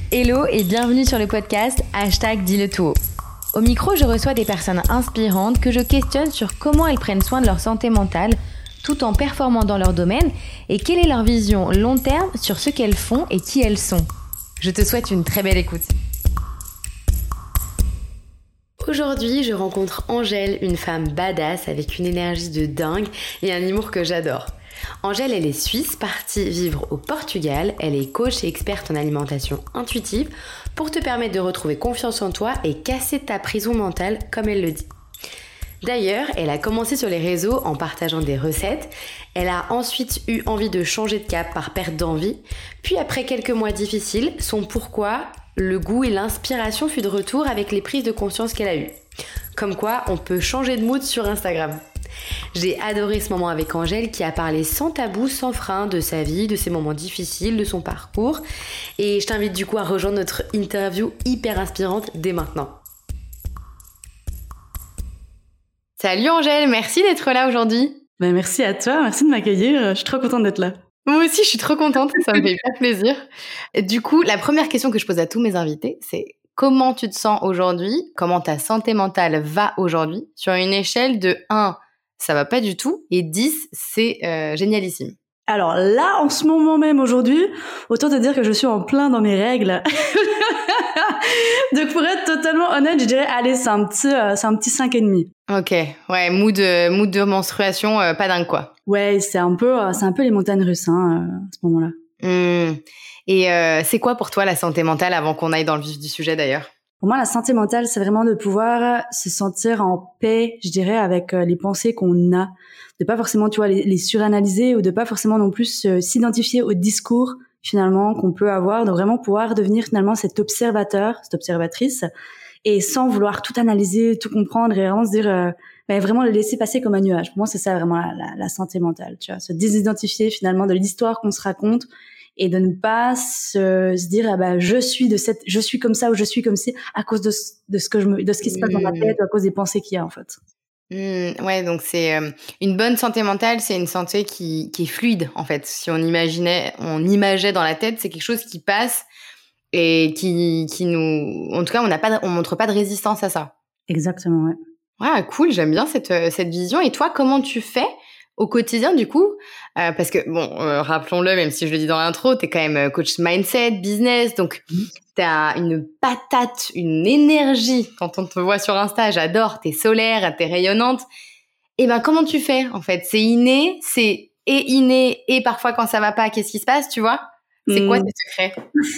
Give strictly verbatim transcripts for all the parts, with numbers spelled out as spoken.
Hello et bienvenue sur le podcast Hashtag Dis-le tout haut. Au micro, je reçois des personnes inspirantes que je questionne sur comment elles prennent soin de leur santé mentale tout en performant dans leur domaine et quelle est leur vision long terme sur ce qu'elles font et qui elles sont. Je te souhaite une très belle écoute. Aujourd'hui, je rencontre Angèle, une femme badass avec une énergie de dingue et un humour que j'adore. Angèle, elle est suisse, partie vivre au Portugal. Elle est coach et experte en alimentation intuitive pour te permettre de retrouver confiance en toi et casser ta prison mentale, comme elle le dit. D'ailleurs, elle a commencé sur les réseaux en partageant des recettes. Elle a ensuite eu envie de changer de cap par perte d'envie. Puis après quelques mois difficiles, son pourquoi, le goût et l'inspiration fut de retour avec les prises de conscience qu'elle a eues. Comme quoi, on peut changer de mood sur Instagram. J'ai adoré ce moment avec Angèle qui a parlé sans tabou, sans frein de sa vie, de ses moments difficiles, de son parcours. Et je t'invite du coup à rejoindre notre interview hyper inspirante dès maintenant. Salut Angèle, merci d'être là aujourd'hui. Ben merci à toi, merci de m'accueillir, je suis trop contente d'être là. Moi aussi, je suis trop contente, ça me fait hyper plaisir. Du coup, la première question que je pose à tous mes invités, c'est comment tu te sens aujourd'hui, comment ta santé mentale va aujourd'hui, sur une échelle de un, ça va pas du tout, et dix, c'est euh, génialissime. Alors là, en ce moment même aujourd'hui, autant te dire que je suis en plein dans mes règles. Donc pour être totalement honnête, je dirais, allez, c'est un petit, euh, c'est un petit cinq et demi. Ok, ouais, mood, euh, mood de menstruation, euh, pas dingue quoi. Ouais, c'est un peu, euh, c'est un peu les montagnes russes, hein, euh, à ce moment-là. Mmh. Et euh, c'est quoi pour toi la santé mentale avant qu'on aille dans le vif du sujet d'ailleurs ? Pour moi, la santé mentale, c'est vraiment de pouvoir se sentir en paix, je dirais, avec euh, les pensées qu'on a, de pas forcément, tu vois, les, les suranalyser ou de pas forcément non plus euh, s'identifier au discours finalement qu'on peut avoir, de vraiment pouvoir devenir finalement cet observateur, cette observatrice, et sans vouloir tout analyser, tout comprendre et vraiment se dire, euh, ben vraiment le laisser passer comme un nuage. Pour moi, c'est ça vraiment la, la, la santé mentale, tu vois, se désidentifier finalement de l'histoire qu'on se raconte et de ne pas se, se dire ah ben je suis de cette, je suis comme ça ou je suis comme ci à cause de, de ce que je me, de ce qui se passe dans ma tête ou à cause des pensées qu'il y a en fait. Mmh, ouais, donc c'est euh, une bonne santé mentale, c'est une santé qui, qui est fluide en fait. Si on imaginait, on imageait dans la tête, c'est quelque chose qui passe et qui, qui nous, en tout cas, on n'a pas, de, on montre pas de résistance à ça. Exactement, ouais. Ouais, cool, j'aime bien cette cette vision. Et toi, comment tu fais au quotidien du coup, euh, parce que bon, euh, rappelons-le, même si je le dis dans l'intro, t'es quand même coach mindset, business, donc mmh. t'as une patate, une énergie quand on te voit sur Insta. J'adore, t'es solaire, t'es rayonnante. Et ben comment tu fais en fait ? C'est inné, c'est et inné et parfois quand ça va pas, qu'est-ce qui se passe, tu vois ? C'est mmh. quoi tes secrets ?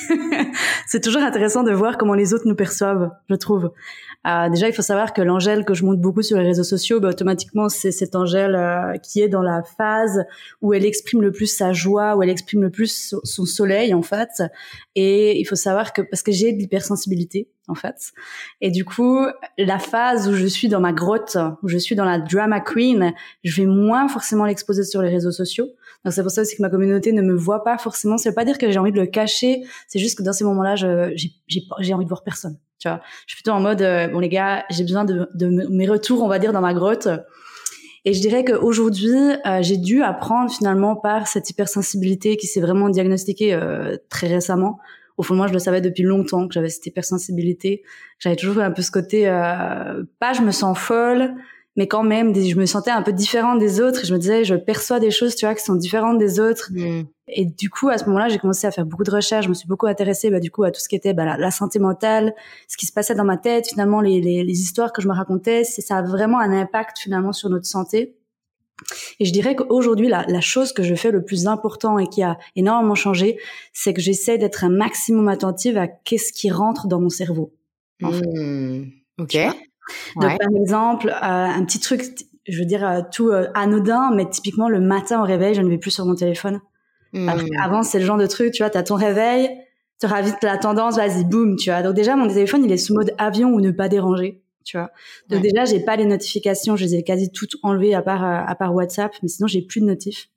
C'est toujours intéressant de voir comment les autres nous perçoivent, je trouve. Euh, déjà, il faut savoir que l'Angèle que je montre beaucoup sur les réseaux sociaux, bah, automatiquement, c'est cette Angèle euh, qui est dans la phase où elle exprime le plus sa joie, où elle exprime le plus son soleil, en fait. Et il faut savoir que, parce que j'ai de l'hypersensibilité, en fait. Et du coup, la phase où je suis dans ma grotte, où je suis dans la drama queen, je vais moins forcément l'exposer sur les réseaux sociaux. Donc c'est pour ça aussi que ma communauté ne me voit pas forcément. Ça veut pas dire que j'ai envie de le cacher. C'est juste que dans ces moments-là, je, j'ai, j'ai, j'ai envie de voir personne. Tu vois, je suis plutôt en mode euh, bon les gars, j'ai besoin de, de mes retours, on va dire, dans ma grotte. Et je dirais qu'aujourd'hui, euh, j'ai dû apprendre finalement par cette hypersensibilité qui s'est vraiment diagnostiquée euh, très récemment. Au fond, moi, je le savais depuis longtemps que j'avais cette hypersensibilité. J'avais toujours un peu ce côté, euh, pas je me sens folle, mais quand même, je me sentais un peu différente des autres. Et je me disais, je perçois des choses, tu vois, qui sont différentes des autres. Mmh. Et du coup, à ce moment-là, j'ai commencé à faire beaucoup de recherches. Je me suis beaucoup intéressée, bah, du coup, à tout ce qui était bah, la, la santé mentale, ce qui se passait dans ma tête, finalement, les, les, les histoires que je me racontais. C'est, ça a vraiment un impact finalement sur notre santé. Et je dirais qu'aujourd'hui, la, la chose que je fais le plus important et qui a énormément changé, c'est que j'essaie d'être un maximum attentive à qu'est-ce qui rentre dans mon cerveau. En fait. Mmh. Ok. Donc, ouais. Par exemple, euh, un petit truc, je veux dire, euh, tout euh, anodin, mais typiquement, le matin au réveil, je ne vais plus sur mon téléphone. Mmh. Avant, c'est le genre de truc, tu vois, t'as ton réveil, tu auras vite la tendance, vas-y, boum, tu vois. Donc déjà, mon téléphone, il est sous mode avion ou ne pas déranger, tu vois. Donc ouais. Déjà, j'ai pas les notifications, je les ai quasi toutes enlevées à part, à part WhatsApp, mais sinon, j'ai plus de notifs.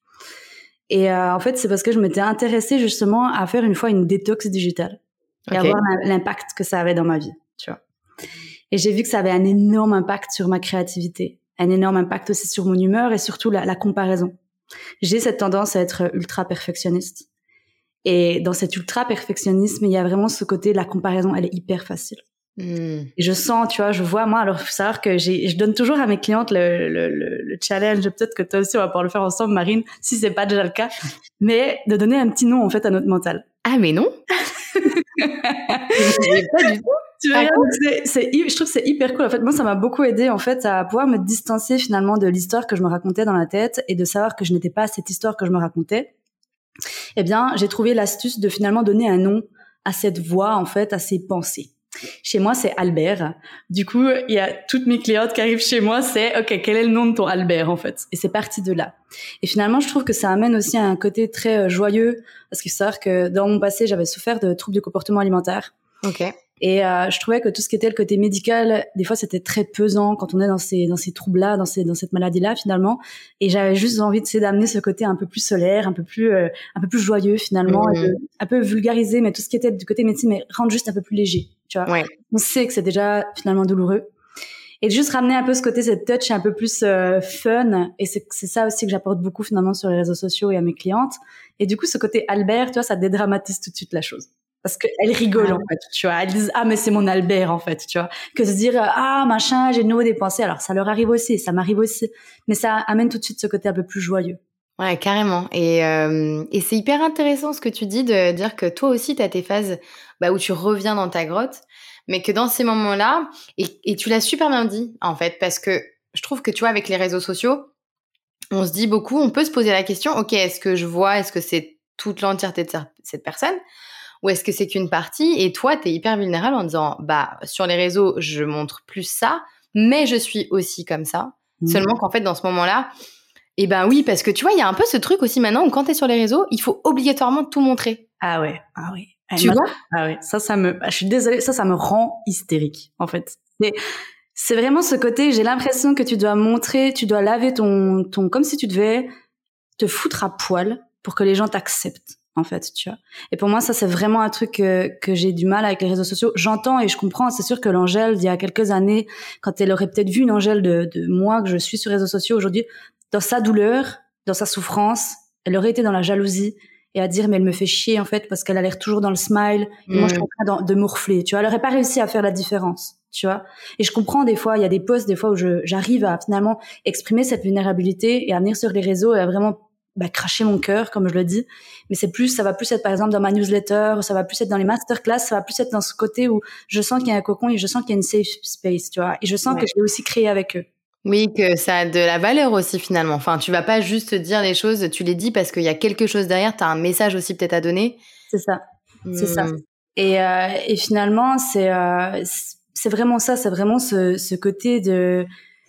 Et euh, en fait, c'est parce que je m'étais intéressée justement à faire une fois une détox digitale et okay. à voir l'impact que ça avait dans ma vie, tu vois. Et j'ai vu que ça avait un énorme impact sur ma créativité, un énorme impact aussi sur mon humeur et surtout la, la comparaison. J'ai cette tendance à être ultra perfectionniste. Et dans cet ultra perfectionnisme, il y a vraiment ce côté, la comparaison, elle est hyper facile. Mmh. Et je sens, tu vois, je vois, moi, alors, il faut savoir que j'ai, je donne toujours à mes clientes le, le, le, le challenge, peut-être que toi aussi, on va pouvoir le faire ensemble, Marine, si c'est pas déjà le cas, mais de donner un petit nom, en fait, à notre mental. Ah, mais non. Pas du tout. Tu vois, c'est, c'est, je trouve que c'est hyper cool. En fait, moi, ça m'a beaucoup aidé, en fait, à pouvoir me distancer, finalement, de l'histoire que je me racontais dans la tête et de savoir que je n'étais pas cette histoire que je me racontais. Eh bien, j'ai trouvé l'astuce de finalement donner un nom à cette voix, en fait, à ces pensées. Chez moi, c'est Albert. Du coup, il y a toutes mes clientes qui arrivent chez moi, c'est OK, quel est le nom de ton Albert, en fait? Et c'est parti de là. Et finalement, je trouve que ça amène aussi à un côté très joyeux, parce qu'il faut savoir que dans mon passé, j'avais souffert de troubles de comportement alimentaire. OK. Et euh, je trouvais que tout ce qui était le côté médical, des fois, c'était très pesant quand on est dans ces dans ces troubles-là, dans ces dans cette maladie-là, finalement. Et j'avais juste envie de d'amener ce côté un peu plus solaire, un peu plus euh, un peu plus joyeux, finalement, mmh. et de, un peu vulgariser, mais tout ce qui était du côté médecine, mais rendre juste un peu plus léger, tu vois. Ouais. On sait que c'est déjà finalement douloureux. Et de juste ramener un peu ce côté, cette touch un peu plus euh, fun. Et c'est c'est ça aussi que j'apporte beaucoup finalement sur les réseaux sociaux et à mes clientes. Et du coup, ce côté Albert, tu vois, ça dédramatise tout de suite la chose. Parce qu'elles rigolent, ah. en fait, tu vois. Elles disent, ah, mais c'est mon Albert, en fait, tu vois. Que se dire, ah, machin, j'ai de nouveau des pensées. Alors, ça leur arrive aussi, ça m'arrive aussi. Mais ça amène tout de suite ce côté un peu plus joyeux. Ouais, carrément. Et, euh, et c'est hyper intéressant ce que tu dis de dire que toi aussi, tu as tes phases bah, où tu reviens dans ta grotte, mais que dans ces moments-là, et, et tu l'as super bien dit, en fait, parce que je trouve que, tu vois, avec les réseaux sociaux, on se dit beaucoup, on peut se poser la question, ok, est-ce que je vois, est-ce que c'est toute l'entièreté de cette personne ? Ou est-ce que c'est qu'une partie? Et toi, t'es hyper vulnérable en disant, bah, sur les réseaux, je montre plus ça, mais je suis aussi comme ça. Mmh. Seulement qu'en fait, dans ce moment-là, eh ben oui, parce que tu vois, il y a un peu ce truc aussi maintenant où quand t'es sur les réseaux, il faut obligatoirement tout montrer. Ah ouais, ah oui. Tu vois? Ah ouais, ça, ça me, je suis désolée, ça, ça me rend hystérique, en fait. Mais c'est vraiment ce côté, j'ai l'impression que tu dois montrer, tu dois laver ton, ton, comme si tu devais te foutre à poil pour que les gens t'acceptent. En fait, tu vois. Et pour moi, ça, c'est vraiment un truc que, que j'ai du mal avec les réseaux sociaux. J'entends et je comprends. C'est sûr que l'Angèle, il y a quelques années, quand elle aurait peut-être vu une Angèle de, de moi que je suis sur les réseaux sociaux aujourd'hui, dans sa douleur, dans sa souffrance, elle aurait été dans la jalousie et à dire, mais elle me fait chier, en fait, parce qu'elle a l'air toujours dans le smile. Et mmh. moi, je suis en train de, de morfler, tu vois. Elle aurait pas réussi à faire la différence, tu vois. Et je comprends des fois, il y a des posts, des fois où je, j'arrive à finalement exprimer cette vulnérabilité et à venir sur les réseaux et à vraiment bah, cracher mon cœur, comme je le dis. Mais c'est plus, ça va plus être, par exemple, dans ma newsletter, ça va plus être dans les masterclass, ça va plus être dans ce côté où je sens qu'il y a un cocon et je sens qu'il y a une safe space, tu vois. Et je sens ouais. que je l'ai aussi créé avec eux. Oui, que ça a de la valeur aussi, finalement. Enfin, tu vas pas juste dire les choses, tu les dis parce qu'il y a quelque chose derrière, t'as un message aussi peut-être à donner. C'est ça. Mmh. C'est ça. Et, euh, et finalement, c'est, euh, c'est vraiment ça, c'est vraiment ce, ce côté de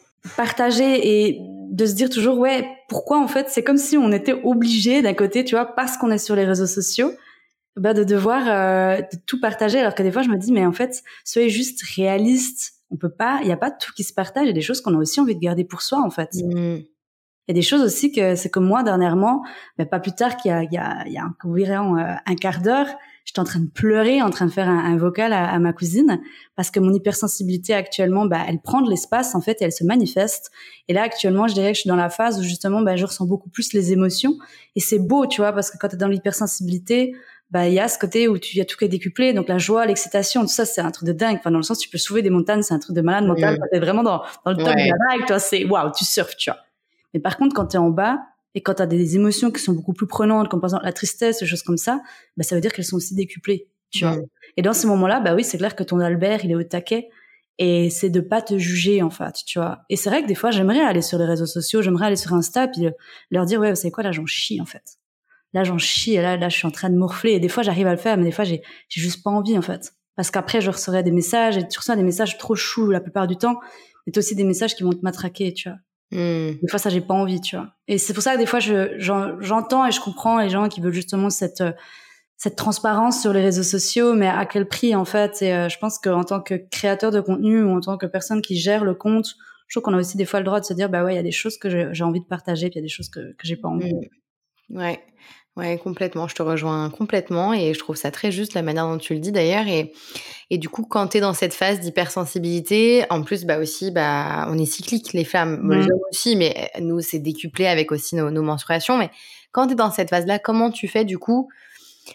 partager et de se dire toujours ouais pourquoi en fait c'est comme si on était obligé d'un côté tu vois parce qu'on est sur les réseaux sociaux bah de devoir euh, de tout partager alors que des fois je me dis mais en fait soyez juste réaliste, on peut pas, il y a pas tout qui se partage, il y a des choses qu'on a aussi envie de garder pour soi en fait. Mmh. Il y a des choses aussi que c'est comme moi dernièrement, mais pas plus tard qu'il y a il y a il y a environ euh, un quart d'heure, j'étais en train de pleurer, en train de faire un, un vocal à, à ma cousine parce que mon hypersensibilité actuellement, bah elle prend de l'espace en fait et elle se manifeste. Et là actuellement, je dirais que je suis dans la phase où justement, bah je ressens beaucoup plus les émotions et c'est beau, tu vois, parce que quand t'es dans l'hypersensibilité, bah il y a ce côté où tu y a tout qui est décuplé, donc la joie, l'excitation, tout ça c'est un truc de dingue. Enfin dans le sens tu peux soulever des montagnes, c'est un truc de malade mental. Mmh. Quand t'es vraiment dans dans le top ouais. de la vague, toi c'est waouh, tu surfes, tu vois. Mais par contre, quand t'es en bas et quand t'as des émotions qui sont beaucoup plus prenantes, comme par exemple la tristesse, des choses comme ça, bah ça veut dire qu'elles sont aussi décuplées, tu mmh. vois. Et dans ces moments-là, bah oui, c'est clair que ton Albert, il est au taquet et c'est de pas te juger en fait, tu vois. Et c'est vrai que des fois, j'aimerais aller sur les réseaux sociaux, j'aimerais aller sur Insta puis leur dire ouais, vous savez quoi, là j'en chie en fait. Là j'en chie et là là je suis en train de morfler et des fois j'arrive à le faire mais des fois j'ai j'ai juste pas envie en fait. Parce qu'après je recevrai des messages et tu reçois des messages trop choux la plupart du temps, mais t'as aussi des messages qui vont te matraquer, tu vois. Mmh. Des fois, ça, j'ai pas envie, tu vois. Et c'est pour ça que des fois, je, j'en, j'entends et je comprends les gens qui veulent justement cette, cette transparence sur les réseaux sociaux, mais à quel prix, en fait. Et euh, je pense qu'en tant que créateur de contenu ou en tant que personne qui gère le compte, je trouve qu'on a aussi des fois le droit de se dire, bah ouais, il y a des choses que j'ai, j'ai envie de partager, puis il y a des choses que, que j'ai pas envie. Mmh. Ouais. Ouais, complètement. Je te rejoins complètement et je trouve ça très juste la manière dont tu le dis d'ailleurs. Et, et du coup, quand t'es dans cette phase d'hypersensibilité, en plus, bah aussi, bah, on est cyclique, les femmes, mmh. les hommes aussi, mais nous, c'est décuplé avec aussi nos, nos menstruations. Mais quand t'es dans cette phase-là, comment tu fais du coup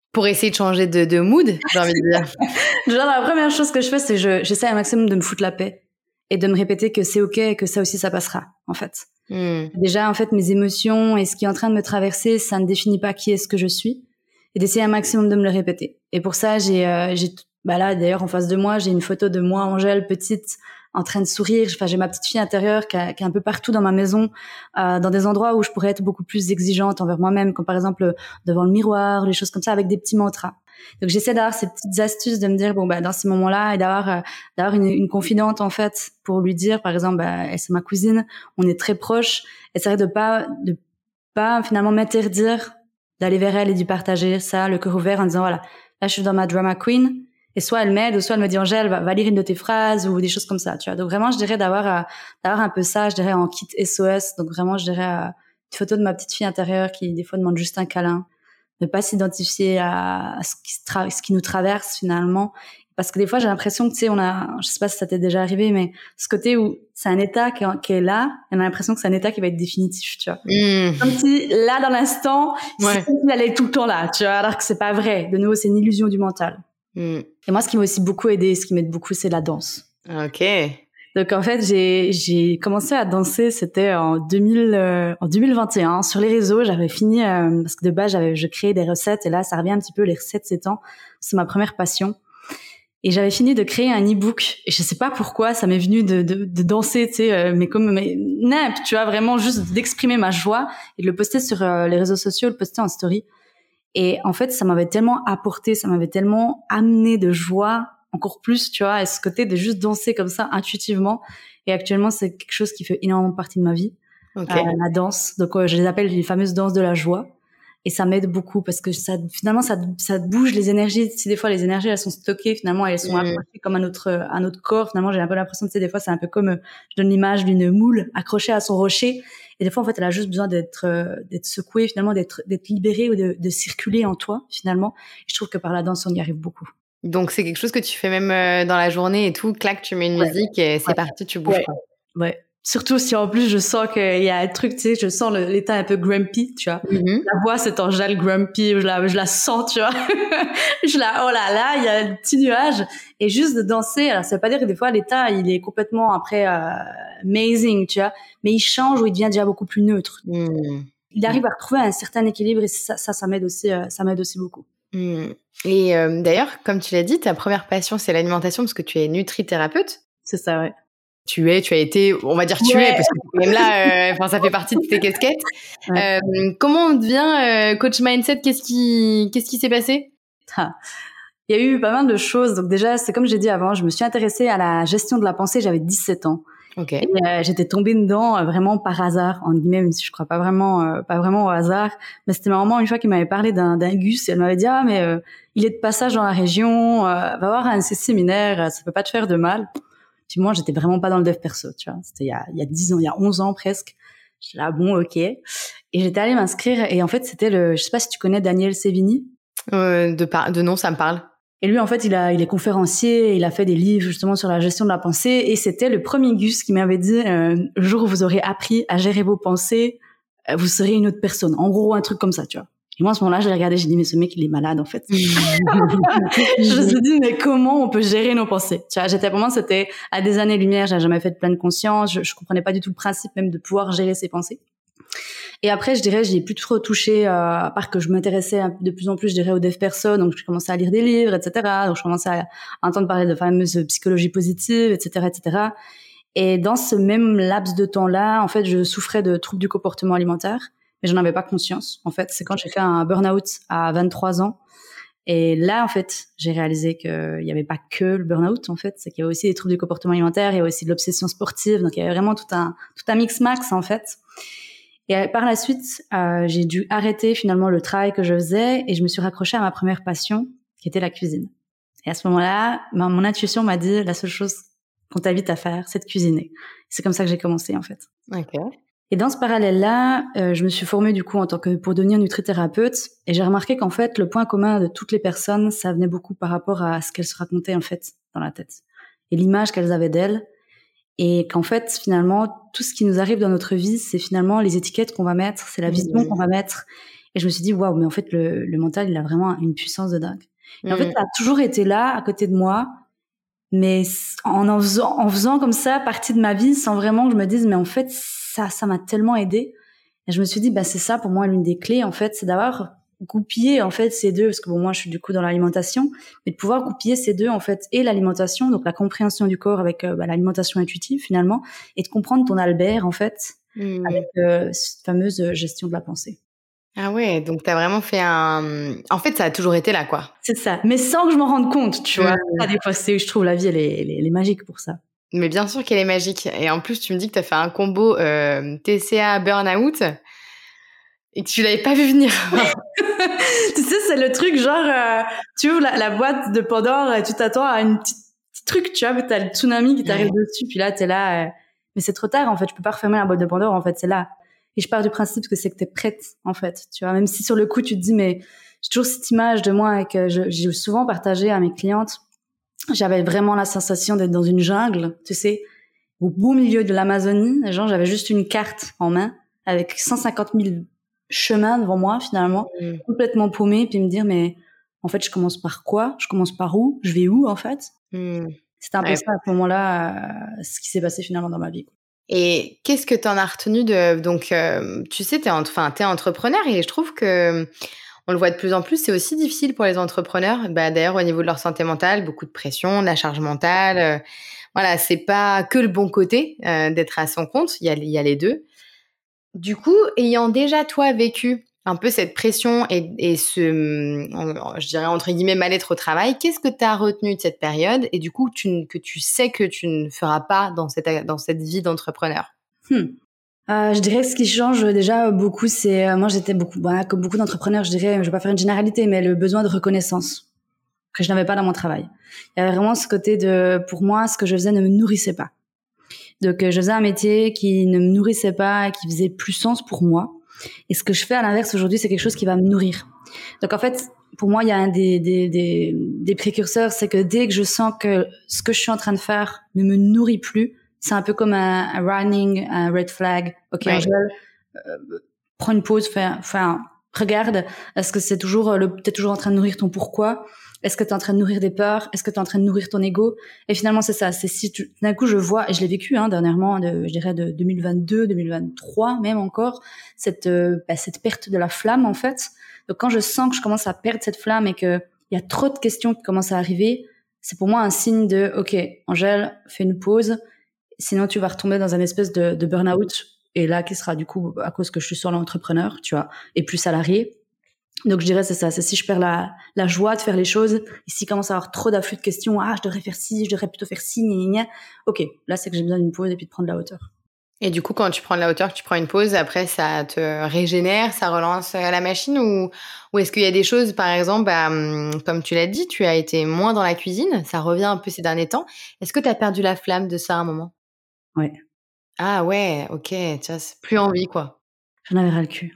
Pour essayer de changer de, de mood, j'ai envie de dire. Genre, la première chose que je fais, c'est que je, j'essaie un maximum de me foutre la paix et de me répéter que c'est OK et que ça aussi, ça passera, en fait. Mm. Déjà, en fait, mes émotions et ce qui est en train de me traverser, ça ne définit pas qui est-ce que je suis. Et d'essayer un maximum de me le répéter. Et pour ça, j'ai, euh, j'ai, bah là, d'ailleurs, en face de moi, j'ai une photo de moi, Angèle, petite, en train de sourire. Enfin, j'ai ma petite fille intérieure qui, a, qui est un peu partout dans ma maison, euh, dans des endroits où je pourrais être beaucoup plus exigeante envers moi-même, comme par exemple devant le miroir, les choses comme ça, avec des petits mantras. Donc, j'essaie d'avoir ces petites astuces de me dire, bon, bah, dans ces moments-là, et d'avoir, euh, d'avoir une, une confidente, en fait, pour lui dire, par exemple, bah, elle, c'est ma cousine, on est très proches, et c'est vrai de pas, de pas, finalement, m'interdire d'aller vers elle et d'y partager ça, le cœur ouvert, en disant, voilà, là, je suis dans ma drama queen, et soit elle m'aide, ou soit elle me dit, Angèle, va, va lire une de tes phrases, ou des choses comme ça, tu vois. Donc, vraiment, je dirais d'avoir, euh, d'avoir un peu ça, je dirais en kit S O S. Donc, vraiment, je dirais euh, une photo de ma petite fille intérieure qui, des fois, demande juste un câlin. Ne pas s'identifier à, à ce qui se tra- ce qui nous traverse, finalement. Parce que des fois, j'ai l'impression que, tu sais, on a, je sais pas si ça t'est déjà arrivé, mais ce côté où c'est un état qui est, qui est là, et on a l'impression que c'est un état qui va être définitif, tu vois. Mmh. Comme si, là, dans l'instant, ouais. c'est comme s'il allait être tout le temps là, tu vois, alors que c'est pas vrai. De nouveau, c'est une illusion du mental. Mmh. Et moi, ce qui m'a aussi beaucoup aidé, ce qui m'aide beaucoup, c'est la danse. Ok. Donc, en fait, j'ai, j'ai commencé à danser, c'était en deux mille, euh, en deux mille vingt et un. Sur les réseaux, j'avais fini, euh, parce que de base, j'avais, je créais des recettes, et là, ça revient un petit peu, les recettes, c'est temps. C'est ma première passion. Et j'avais fini de créer un e-book. Et je sais pas pourquoi, ça m'est venu de, de, de danser, tu sais, euh, mais comme, mais, nimp, tu vois, vraiment juste d'exprimer ma joie et de le poster sur euh, les réseaux sociaux, le poster en story. Et en fait, ça m'avait tellement apporté, ça m'avait tellement amené de joie, encore plus, tu vois, et ce côté de juste danser comme ça, intuitivement. Et actuellement, c'est quelque chose qui fait énormément partie de ma vie. Okay. Euh, la danse. Donc, euh, je les appelle les fameuses danses de la joie. Et ça m'aide beaucoup parce que ça, finalement, ça, ça bouge les énergies. Si des fois les énergies elles sont stockées, finalement elles sont mmh. accrochées comme un autre, un autre corps. Finalement, j'ai un peu l'impression, tu sais, des fois c'est un peu comme, je donne l'image d'une moule accrochée à son rocher. Et des fois, en fait, elle a juste besoin d'être, d'être secouée, finalement, d'être, d'être libérée ou de, de circuler en toi, finalement. Et je trouve que par la danse, on y arrive beaucoup. Donc c'est quelque chose que tu fais même dans la journée et tout. Clac, tu mets une ouais. musique et c'est ouais. parti, tu bouges. Ouais. Quoi. Ouais. Surtout si en plus je sens qu'il y a un truc, tu sais, je sens le, l'état un peu grumpy, tu vois. Mm-hmm. La voix, c'est Angèle grumpy, je la, je la sens, tu vois. je la, oh là là, il y a un petit nuage. Et juste de danser, alors ça veut pas dire que des fois l'état, il est complètement après euh, amazing, tu vois. Mais il change ou il devient déjà beaucoup plus neutre. Mm. Il arrive à retrouver un certain équilibre et ça, ça, ça m'aide aussi, euh, ça m'aide aussi beaucoup. Mm. Et euh, d'ailleurs, comme tu l'as dit, ta première passion, c'est l'alimentation parce que tu es nutrithérapeute. C'est ça, ouais. Tu es, tu as été, on va dire tu ouais. es, parce que même là, enfin, euh, ça fait partie de tes casquettes. Ouais. Euh, comment on devient euh, coach mindset? Qu'est-ce qui, qu'est-ce qui s'est passé? Ah. Il y a eu pas mal de choses. Donc déjà, c'est comme j'ai dit avant, je me suis intéressée à la gestion de la pensée. J'avais dix-sept ans. Okay. Et euh, j'étais tombée dedans euh, vraiment par hasard, en guillemets, même si je crois pas vraiment, euh, pas vraiment au hasard. Mais c'était ma maman une fois qui m'avait parlé d'un, d'un Gus et elle m'avait dit ah mais euh, il est de passage dans la région, euh, va voir un de ces séminaires, ça peut pas te faire de mal. Puis moi, j'étais vraiment pas dans le dev perso, tu vois. C'était il y a, il y a dix ans, il y a onze ans presque. J'étais là, bon, ok. Et j'étais allée m'inscrire et en fait, c'était le, je sais pas si tu connais Daniel Sévigny. Euh, de par, de nom, ça me parle. Et lui, en fait, il a, il est conférencier, il a fait des livres justement sur la gestion de la pensée et c'était le premier Gus qui m'avait dit, euh, le jour où vous aurez appris à gérer vos pensées, vous serez une autre personne. En gros, un truc comme ça, tu vois. Et moi, à ce moment-là, j'ai regardé, j'ai dit, mais ce mec, il est malade, en fait. Je me suis dit, mais comment on peut gérer nos pensées? Tu vois, j'étais vraiment, c'était à des années-lumière, j'avais jamais fait de pleine conscience, je, je comprenais pas du tout le principe même de pouvoir gérer ses pensées. Et après, je dirais, j'y ai plus trop touché, euh, à part que je m'intéressais de plus en plus, je dirais, au dev perso, donc j'ai commencé à lire des livres, et cetera. Donc je commençais à, à entendre parler de fameuse psychologie positive, et cetera, et cetera. Et dans ce même laps de temps-là, en fait, je souffrais de troubles du comportement alimentaire. Mais j'en avais pas conscience. En fait, c'est quand j'ai fait un burn-out à vingt-trois ans. Et là, en fait, j'ai réalisé qu'il y avait pas que le burn-out, en fait. C'est qu'il y avait aussi des troubles du comportement alimentaire, il y avait aussi de l'obsession sportive. Donc, il y avait vraiment tout un, tout un mix-max, en fait. Et par la suite, euh, j'ai dû arrêter finalement le travail que je faisais et je me suis raccrochée à ma première passion, qui était la cuisine. Et à ce moment-là, ma, mon intuition m'a dit, la seule chose qu'on t'invite à faire, c'est de cuisiner. C'est comme ça que j'ai commencé, en fait. Ok. Et dans ce parallèle-là, euh, je me suis formée du coup en tant que pour devenir nutrithérapeute et j'ai remarqué qu'en fait le point commun de toutes les personnes, ça venait beaucoup par rapport à ce qu'elles se racontaient en fait dans la tête et l'image qu'elles avaient d'elles et qu'en fait finalement tout ce qui nous arrive dans notre vie, c'est finalement les étiquettes qu'on va mettre, c'est la vision mmh. qu'on va mettre Et je me suis dit, waouh, mais en fait, le, le mental, il a vraiment une puissance de dingue. Et Mmh. en fait, ça a toujours été là, à côté de moi, mais en en faisant, en faisant comme ça partie de ma vie, sans vraiment que je me dise, mais en fait, ça, ça m'a tellement aidée. Et je me suis dit, bah, c'est ça, pour moi, l'une des clés, en fait, c'est d'avoir goupillé, en fait, ces deux, parce que bon, moi, je suis du coup dans l'alimentation, mais de pouvoir goupiller ces deux, en fait, et l'alimentation, donc la compréhension du corps avec euh, bah, l'alimentation intuitive, finalement, et de comprendre ton Albert, en fait, Mmh. avec euh, cette fameuse gestion de la pensée. Ah ouais, donc t'as vraiment fait un... En fait, ça a toujours été là, quoi. C'est ça, mais sans que je m'en rende compte, tu vois. Mmh. Ah, des fois, c'est, je trouve la vie, elle est, elle est, elle est magique pour ça. Mais bien sûr qu'elle est magique. Et en plus, tu me dis que t'as fait un combo euh, T C A burn-out et que tu l'avais pas vu venir. Tu sais, c'est le truc genre, euh, tu ouvres la, la boîte de Pandore et tu t'attends à une petite petit truc, tu vois, mais t'as le tsunami qui t'arrive Ouais. dessus, puis là, t'es là, euh, mais c'est trop tard, en fait, je peux pas refermer la boîte de Pandore, en fait, c'est là. Et je pars du principe que c'est que t'es prête, en fait, tu vois, même si sur le coup, tu te dis, mais j'ai toujours cette image de moi et que je, j'ai souvent partagé à mes clientes, j'avais vraiment la sensation d'être dans une jungle, tu sais, au beau milieu de l'Amazonie, genre, j'avais juste une carte en main avec cent cinquante mille chemins devant moi, finalement, Mmh. complètement paumée, puis me dire, mais en fait, je commence par quoi? Je commence par où? Je vais où, en fait? Mmh. C'était un peu Ouais. ça, à ce moment-là, euh, ce qui s'est passé finalement dans ma vie. Et qu'est-ce que t'en as retenu de... Donc, euh, tu sais, t'es, en... enfin, t'es entrepreneur et je trouve que... On le voit de plus en plus, c'est aussi difficile pour les entrepreneurs. Bah, d'ailleurs, au niveau de leur santé mentale, beaucoup de pression, de la charge mentale. Euh, voilà, c'est pas que le bon côté euh, d'être à son compte. Il y a, il y a les deux. Du coup, ayant déjà toi vécu un peu cette pression et, et ce, je dirais entre guillemets, mal-être au travail, qu'est-ce que tu as retenu de cette période et du coup tu, que tu sais que tu ne feras pas dans cette, dans cette vie d'entrepreneur? Hmm. Euh, je dirais que ce qui change déjà beaucoup, c'est euh, moi j'étais beaucoup, bah, comme beaucoup d'entrepreneurs, je dirais, je vais pas faire une généralité, mais le besoin de reconnaissance que je n'avais pas dans mon travail. Il y avait vraiment ce côté de, pour moi, ce que je faisais ne me nourrissait pas. Donc euh, je faisais un métier qui ne me nourrissait pas, et qui faisait plus sens pour moi. Et ce que je fais à l'inverse aujourd'hui, c'est quelque chose qui va me nourrir. Donc en fait, pour moi, il y a un des, des, des, des précurseurs, c'est que dès que je sens que ce que je suis en train de faire ne me nourrit plus, c'est un peu comme un, un warning, un red flag. Ok, Ouais. Angèle, euh, prends une pause, fais, enfin, regarde, est-ce que c'est toujours le, t'es toujours en train de nourrir ton pourquoi? Est-ce que tu es en train de nourrir des peurs? Est-ce que tu es en train de nourrir ton ego? Et finalement, c'est ça. C'est si tu, d'un coup, je vois, et je l'ai vécu, hein, dernièrement, de, je dirais de deux mille vingt-deux, deux mille vingt-trois, même encore, cette, euh, bah, cette perte de la flamme, en fait. Donc, quand je sens que je commence à perdre cette flamme et que il y a trop de questions qui commencent à arriver, c'est pour moi un signe de, OK, Angèle, fais une pause. Sinon, tu vas retomber dans un espèce de, de burn-out. Et là, qui sera du coup, à cause que je suis sur l'entrepreneur, tu vois, et plus salarié. Donc je dirais c'est ça, c'est si je perds la, la joie de faire les choses, et s'il commence à avoir trop d'afflux de questions, ah je devrais faire ci, je devrais plutôt faire ci, gna gna gna, ok, là c'est que j'ai besoin d'une pause et puis de prendre de la hauteur. Et du coup, quand tu prends de la hauteur, que tu prends une pause, après ça te régénère, ça relance la machine ou, ou est-ce qu'il y a des choses, par exemple, bah, comme tu l'as dit, tu as été moins dans la cuisine, ça revient un peu ces derniers temps. Est-ce que tu as perdu la flamme de ça à un moment? Ouais. Ah ouais, ok, tu vois, c'est plus envie quoi. J'en avais ras le cul.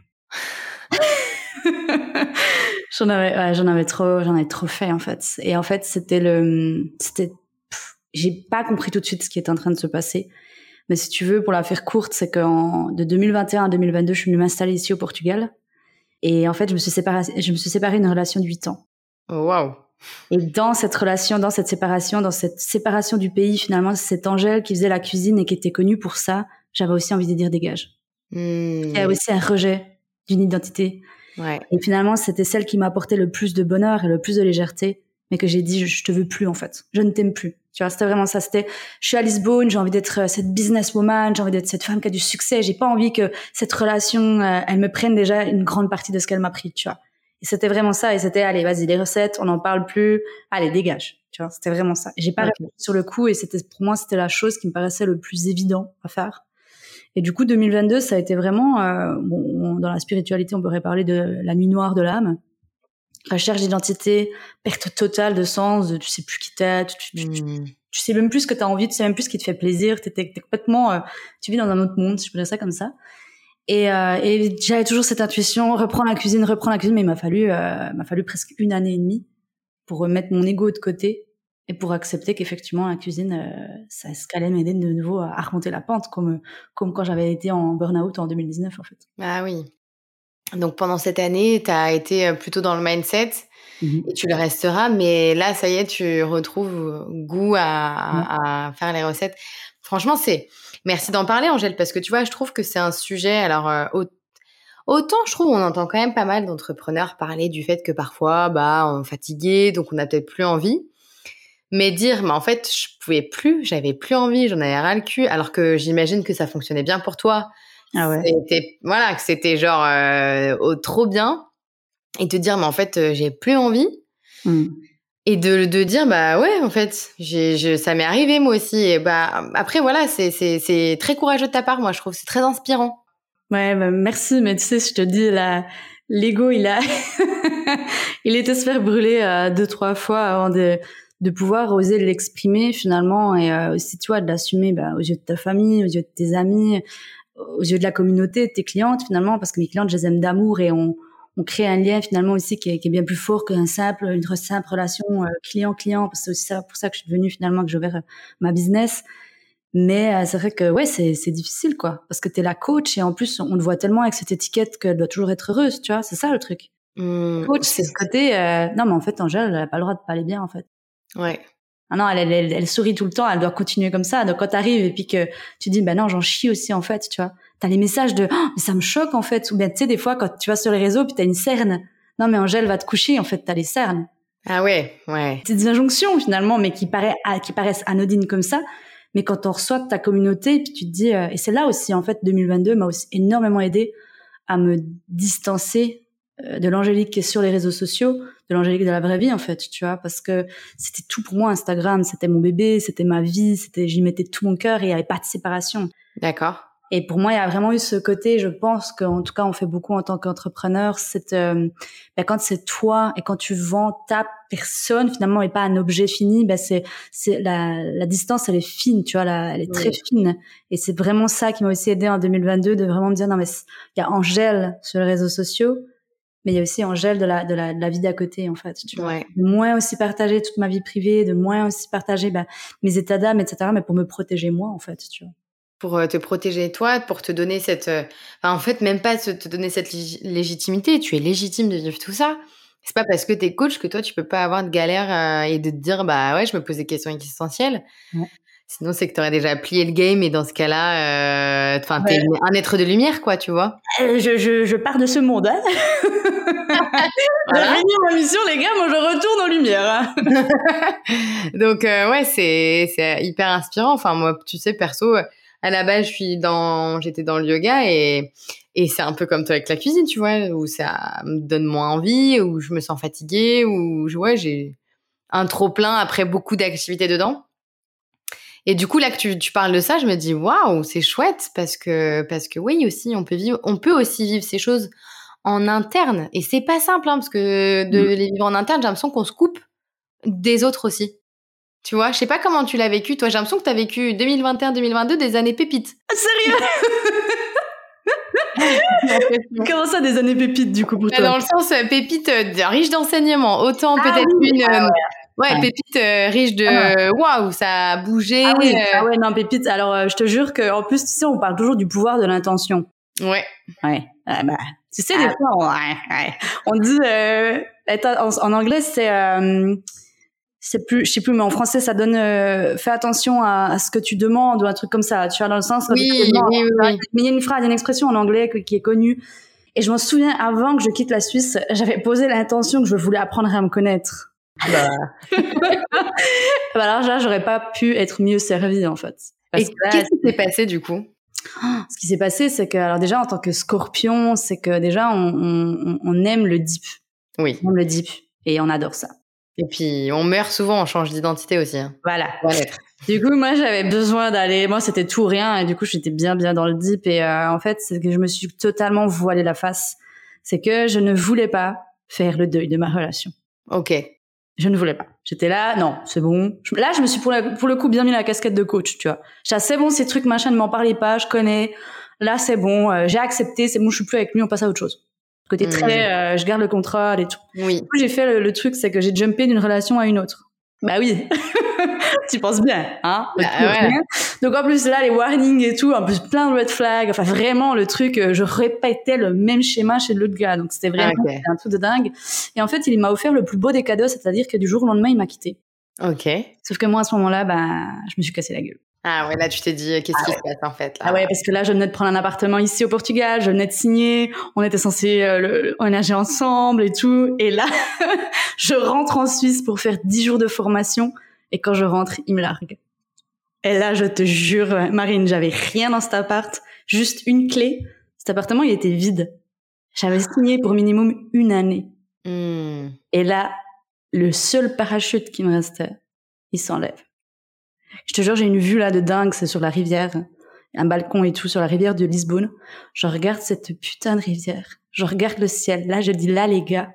j'en avais, ouais, j'en avais trop, j'en avais trop fait en fait. Et en fait, c'était le, c'était, pff, j'ai pas compris tout de suite ce qui était en train de se passer. Mais si tu veux, pour la faire courte, c'est que de deux mille vingt et un à deux mille vingt-deux, je suis venue m'installer ici au Portugal. Et en fait, je me suis séparée, je me suis séparée d'une relation de huit ans. Oh, waouh. Et dans cette relation, dans cette séparation, dans cette séparation du pays, finalement, cette Angèle qui faisait la cuisine et qui était connue pour ça, j'avais aussi envie de dire dégage. Mmh. Il y a aussi un rejet d'une identité. Ouais. Et finalement, c'était celle qui m'apportait le plus de bonheur et le plus de légèreté, mais que j'ai dit, je, je te veux plus, en fait. Je ne t'aime plus. Tu vois, c'était vraiment ça. C'était, je suis à Lisbonne, j'ai envie d'être cette businesswoman, j'ai envie d'être cette femme qui a du succès. J'ai pas envie que cette relation, euh, elle me prenne déjà une grande partie de ce qu'elle m'a pris, tu vois. Et c'était vraiment ça. Et c'était, allez, vas-y, les recettes, on n'en parle plus. Allez, dégage. Tu vois, c'était vraiment ça. Et j'ai pas Okay. réfléchi sur le coup. Et c'était, pour moi, c'était la chose qui me paraissait le plus évident à faire. Et du coup, deux mille vingt-deux, ça a été vraiment, euh, bon, dans la spiritualité, on pourrait parler de la nuit noire de l'âme. Recherche d'identité, perte totale de sens, de, tu sais plus qui t'es, tu, tu, tu, Mmh. tu sais même plus ce que t'as envie, tu sais même plus ce qui te fait plaisir, t'es, t'es, t'es complètement, euh, tu vis dans un autre monde, si je peux dire ça comme ça. Et, euh, et j'avais toujours cette intuition, reprends la cuisine, reprends la cuisine, mais il m'a fallu, euh, m'a fallu presque une année et demie pour remettre mon ego de côté et pour accepter qu'effectivement la cuisine, euh, ça, ça allait m'aider de nouveau à remonter la pente, comme, comme quand j'avais été en burn-out en deux mille dix-neuf en fait. Ah oui. Donc, pendant cette année, tu as été plutôt dans le mindset mmh. et tu le resteras. Mais là, ça y est, tu retrouves goût à, ouais. à faire les recettes. Franchement, c'est... Merci d'en parler, Angèle, parce que tu vois, je trouve que c'est un sujet... Alors, euh, autant, je trouve, on entend quand même pas mal d'entrepreneurs parler du fait que parfois, bah, on est fatigué, donc on n'a peut-être plus envie. Mais dire, mais en fait, je pouvais plus, j'avais plus envie, j'en avais ras le cul, alors que j'imagine que ça fonctionnait bien pour toi. Ah ouais. C'était, voilà, que c'était genre euh, oh, trop bien. Et te dire, mais en fait, euh, j'ai plus envie. Mm. Et de, de dire, bah ouais, en fait, j'ai, je, ça m'est arrivé moi aussi. Et bah, après, voilà, c'est, c'est, c'est très courageux de ta part, moi, je trouve, c'est très inspirant. Ouais, bah merci, mais tu sais, je te dis, là, l'ego, il a, il était se faire brûler euh, deux, trois fois avant de, de pouvoir oser l'exprimer finalement, et euh, aussi, tu vois, de l'assumer bah, aux yeux de ta famille, aux yeux de tes amis, aux yeux de la communauté, de tes clientes finalement, parce que mes clientes, je les aime d'amour et on, on crée un lien finalement aussi qui est, qui est bien plus fort qu'un simple, une simple relation euh, client-client, parce que c'est aussi ça, pour ça que je suis devenue finalement, que j'ai ouvert euh, ma business. Mais euh, c'est vrai que ouais, c'est c'est difficile quoi, parce que t'es la coach et en plus on te voit tellement avec cette étiquette qu'elle doit toujours être heureuse, tu vois, c'est ça le truc. Mmh, coach, c'est ce côté. Euh, non, mais en fait, Angèle, elle a pas le droit de pas aller bien en fait. Ouais. Ah non, elle, elle, elle, elle sourit tout le temps, elle doit continuer comme ça. Donc quand t'arrives et puis que tu dis bah non, j'en chie aussi en fait, tu vois. T'as les messages de oh, mais ça me choque en fait, ou bien tu sais des fois quand tu vas sur les réseaux puis t'as une cerne. Non mais Angèle va te coucher, en fait t'as les cernes. Ah ouais, ouais. C'est des injonctions finalement, mais qui paraissent qui paraissent anodines comme ça. Mais quand on reçoit de ta communauté, puis tu te dis, euh, et c'est là aussi, en fait, deux mille vingt-deux m'a aussi énormément aidé à me distancer euh, de l'Angélique qui est sur les réseaux sociaux, de l'Angélique de la vraie vie, en fait, tu vois, parce que c'était tout pour moi, Instagram, c'était mon bébé, c'était ma vie, c'était, j'y mettais tout mon cœur et il n'y avait pas de séparation. D'accord. Et pour moi, il y a vraiment eu ce côté, je pense qu'en tout cas, on fait beaucoup en tant qu'entrepreneur, c'est euh, ben, quand c'est toi et quand tu vends ta personne finalement et pas un objet fini, ben c'est c'est la la distance, elle est fine, tu vois, la, elle est très oui. fine. Et c'est vraiment ça qui m'a aussi aidé en deux mille vingt-deux, de vraiment me dire non mais il y a Angèle sur les réseaux sociaux, mais il y a aussi Angèle de la de la de la vie d'à côté en fait, tu vois. Ouais. De moins aussi partager toute ma vie privée, de moins aussi partager ben, mes états d'âme, et cetera. Mais pour me protéger moi en fait, tu vois. Pour te protéger toi, pour te donner cette... Enfin, en fait, même pas te donner cette lég- légitimité. Tu es légitime de vivre tout ça. C'est pas parce que t'es coach que toi, tu peux pas avoir de galère euh, et de te dire, bah ouais, je me pose des questions existentielles. Ouais. Sinon, c'est que t'aurais déjà plié le game et dans ce cas-là, enfin, euh, t'es ouais. un être de lumière, quoi, tu vois. Euh, je, je, je pars de ce monde, hein. Voilà. J'ai fini ma mission, les gars, moi je retourne aux lumières. Hein. Donc, euh, ouais, c'est, c'est hyper inspirant. Enfin, moi, tu sais, perso... À la base, je suis dans, j'étais dans le yoga et, et c'est un peu comme toi avec la cuisine, tu vois, où ça me donne moins envie, où je me sens fatiguée, où je, ouais, j'ai un trop plein après beaucoup d'activités dedans. Et du coup, là que tu, tu parles de ça, je me dis, waouh, c'est chouette parce que, parce que oui, aussi, on peut vivre, on peut aussi vivre ces choses en interne. Et c'est pas simple, hein, parce que de mmh. les vivre en interne, j'ai l'impression qu'on se coupe des autres aussi. Tu vois, je sais pas comment tu l'as vécu. Toi, j'ai l'impression que tu as vécu deux mille vingt et un deux mille vingt-deux des années pépites. Sérieux? Comment ça, des années pépites, du coup, pour toi? Dans le sens euh, pépite euh, riche d'enseignement. Autant ah, peut-être oui. une... Euh, ah, ouais, ouais, ouais, pépite euh, riche de... Waouh, wow, ça a bougé. Ah oui, euh... ah ouais, non, pépite. Alors, euh, je te jure qu'en plus, tu sais, on parle toujours du pouvoir de l'intention. Ouais. Ouais. Ah, bah, tu sais, ah. des fois, on, ouais, ouais. on dit... Euh, en, en anglais, c'est... Euh, c'est plus, je sais plus, mais en français, ça donne, euh, fais attention à, à ce que tu demandes ou un truc comme ça, tu vois, dans le sens. Oui, oui, oui, oui. Mais il y a une phrase, une expression en anglais qui est connue. Et je m'en souviens, avant que je quitte la Suisse, j'avais posé l'intention que je voulais apprendre à me connaître. Bah. bah alors, là, j'aurais pas pu être mieux servie, en fait. Parce Et que là, qu'est-ce qui s'est passé, du coup? Ce qui s'est passé, c'est que, alors déjà, en tant que scorpion, c'est que déjà, on, on, on aime le deep. Oui. On aime le deep. Et on adore ça. Et puis, on meurt souvent, on change d'identité aussi. Hein. Voilà. Du coup, moi, j'avais besoin d'aller... Moi, c'était tout ou rien. Et du coup, j'étais bien, bien dans le deep. Et euh, en fait, c'est que je me suis totalement voilé la face. C'est que je ne voulais pas faire le deuil de ma relation. Ok. Je ne voulais pas. J'étais là, non, c'est bon. Je, là, je me suis pour, la, pour le coup bien mis la casquette de coach, tu vois. J'étais, c'est bon, ces trucs, machin, ne m'en parlez pas, je connais. Là, c'est bon, euh, j'ai accepté, c'est bon, je suis plus avec lui, on passe à autre chose. Côté très, euh, je garde le contrat et tout. Oui. Du coup, j'ai fait le, le truc, c'est que j'ai jumpé d'une relation à une autre. Bah oui. Tu penses bien, hein? Bah, ouais. Donc en plus là, les warnings et tout, en plus plein de red flags. Enfin vraiment le truc, euh, je répétais le même schéma chez l'autre gars. Donc c'était vraiment Ok. c'était un truc de dingue. Et en fait, il m'a offert le plus beau des cadeaux, c'est-à-dire que du jour au lendemain, il m'a quitté. Ok. Sauf que moi à ce moment-là, bah, je me suis cassé la gueule. Ah ouais, là tu t'es dit qu'est-ce Ah qui ouais. se passe en fait là? Ah ouais, parce que là, je venais de prendre un appartement ici au Portugal, je venais de signer, on était censés euh, le, emménager ensemble et tout. Et là, je rentre en Suisse pour faire dix jours de formation. Et quand je rentre, il me largue. Et là, je te jure, Marine, j'avais rien dans cet appart, juste une clé. Cet appartement, il était vide. J'avais signé pour minimum une année. Hmm. Et là, le seul parachute qui me restait, il s'enlève. Je te jure, j'ai une vue là de dingue, c'est sur la rivière, un balcon et tout, sur la rivière de Lisbonne. Je regarde cette putain de rivière, je regarde le ciel. Là, je dis, là, les gars,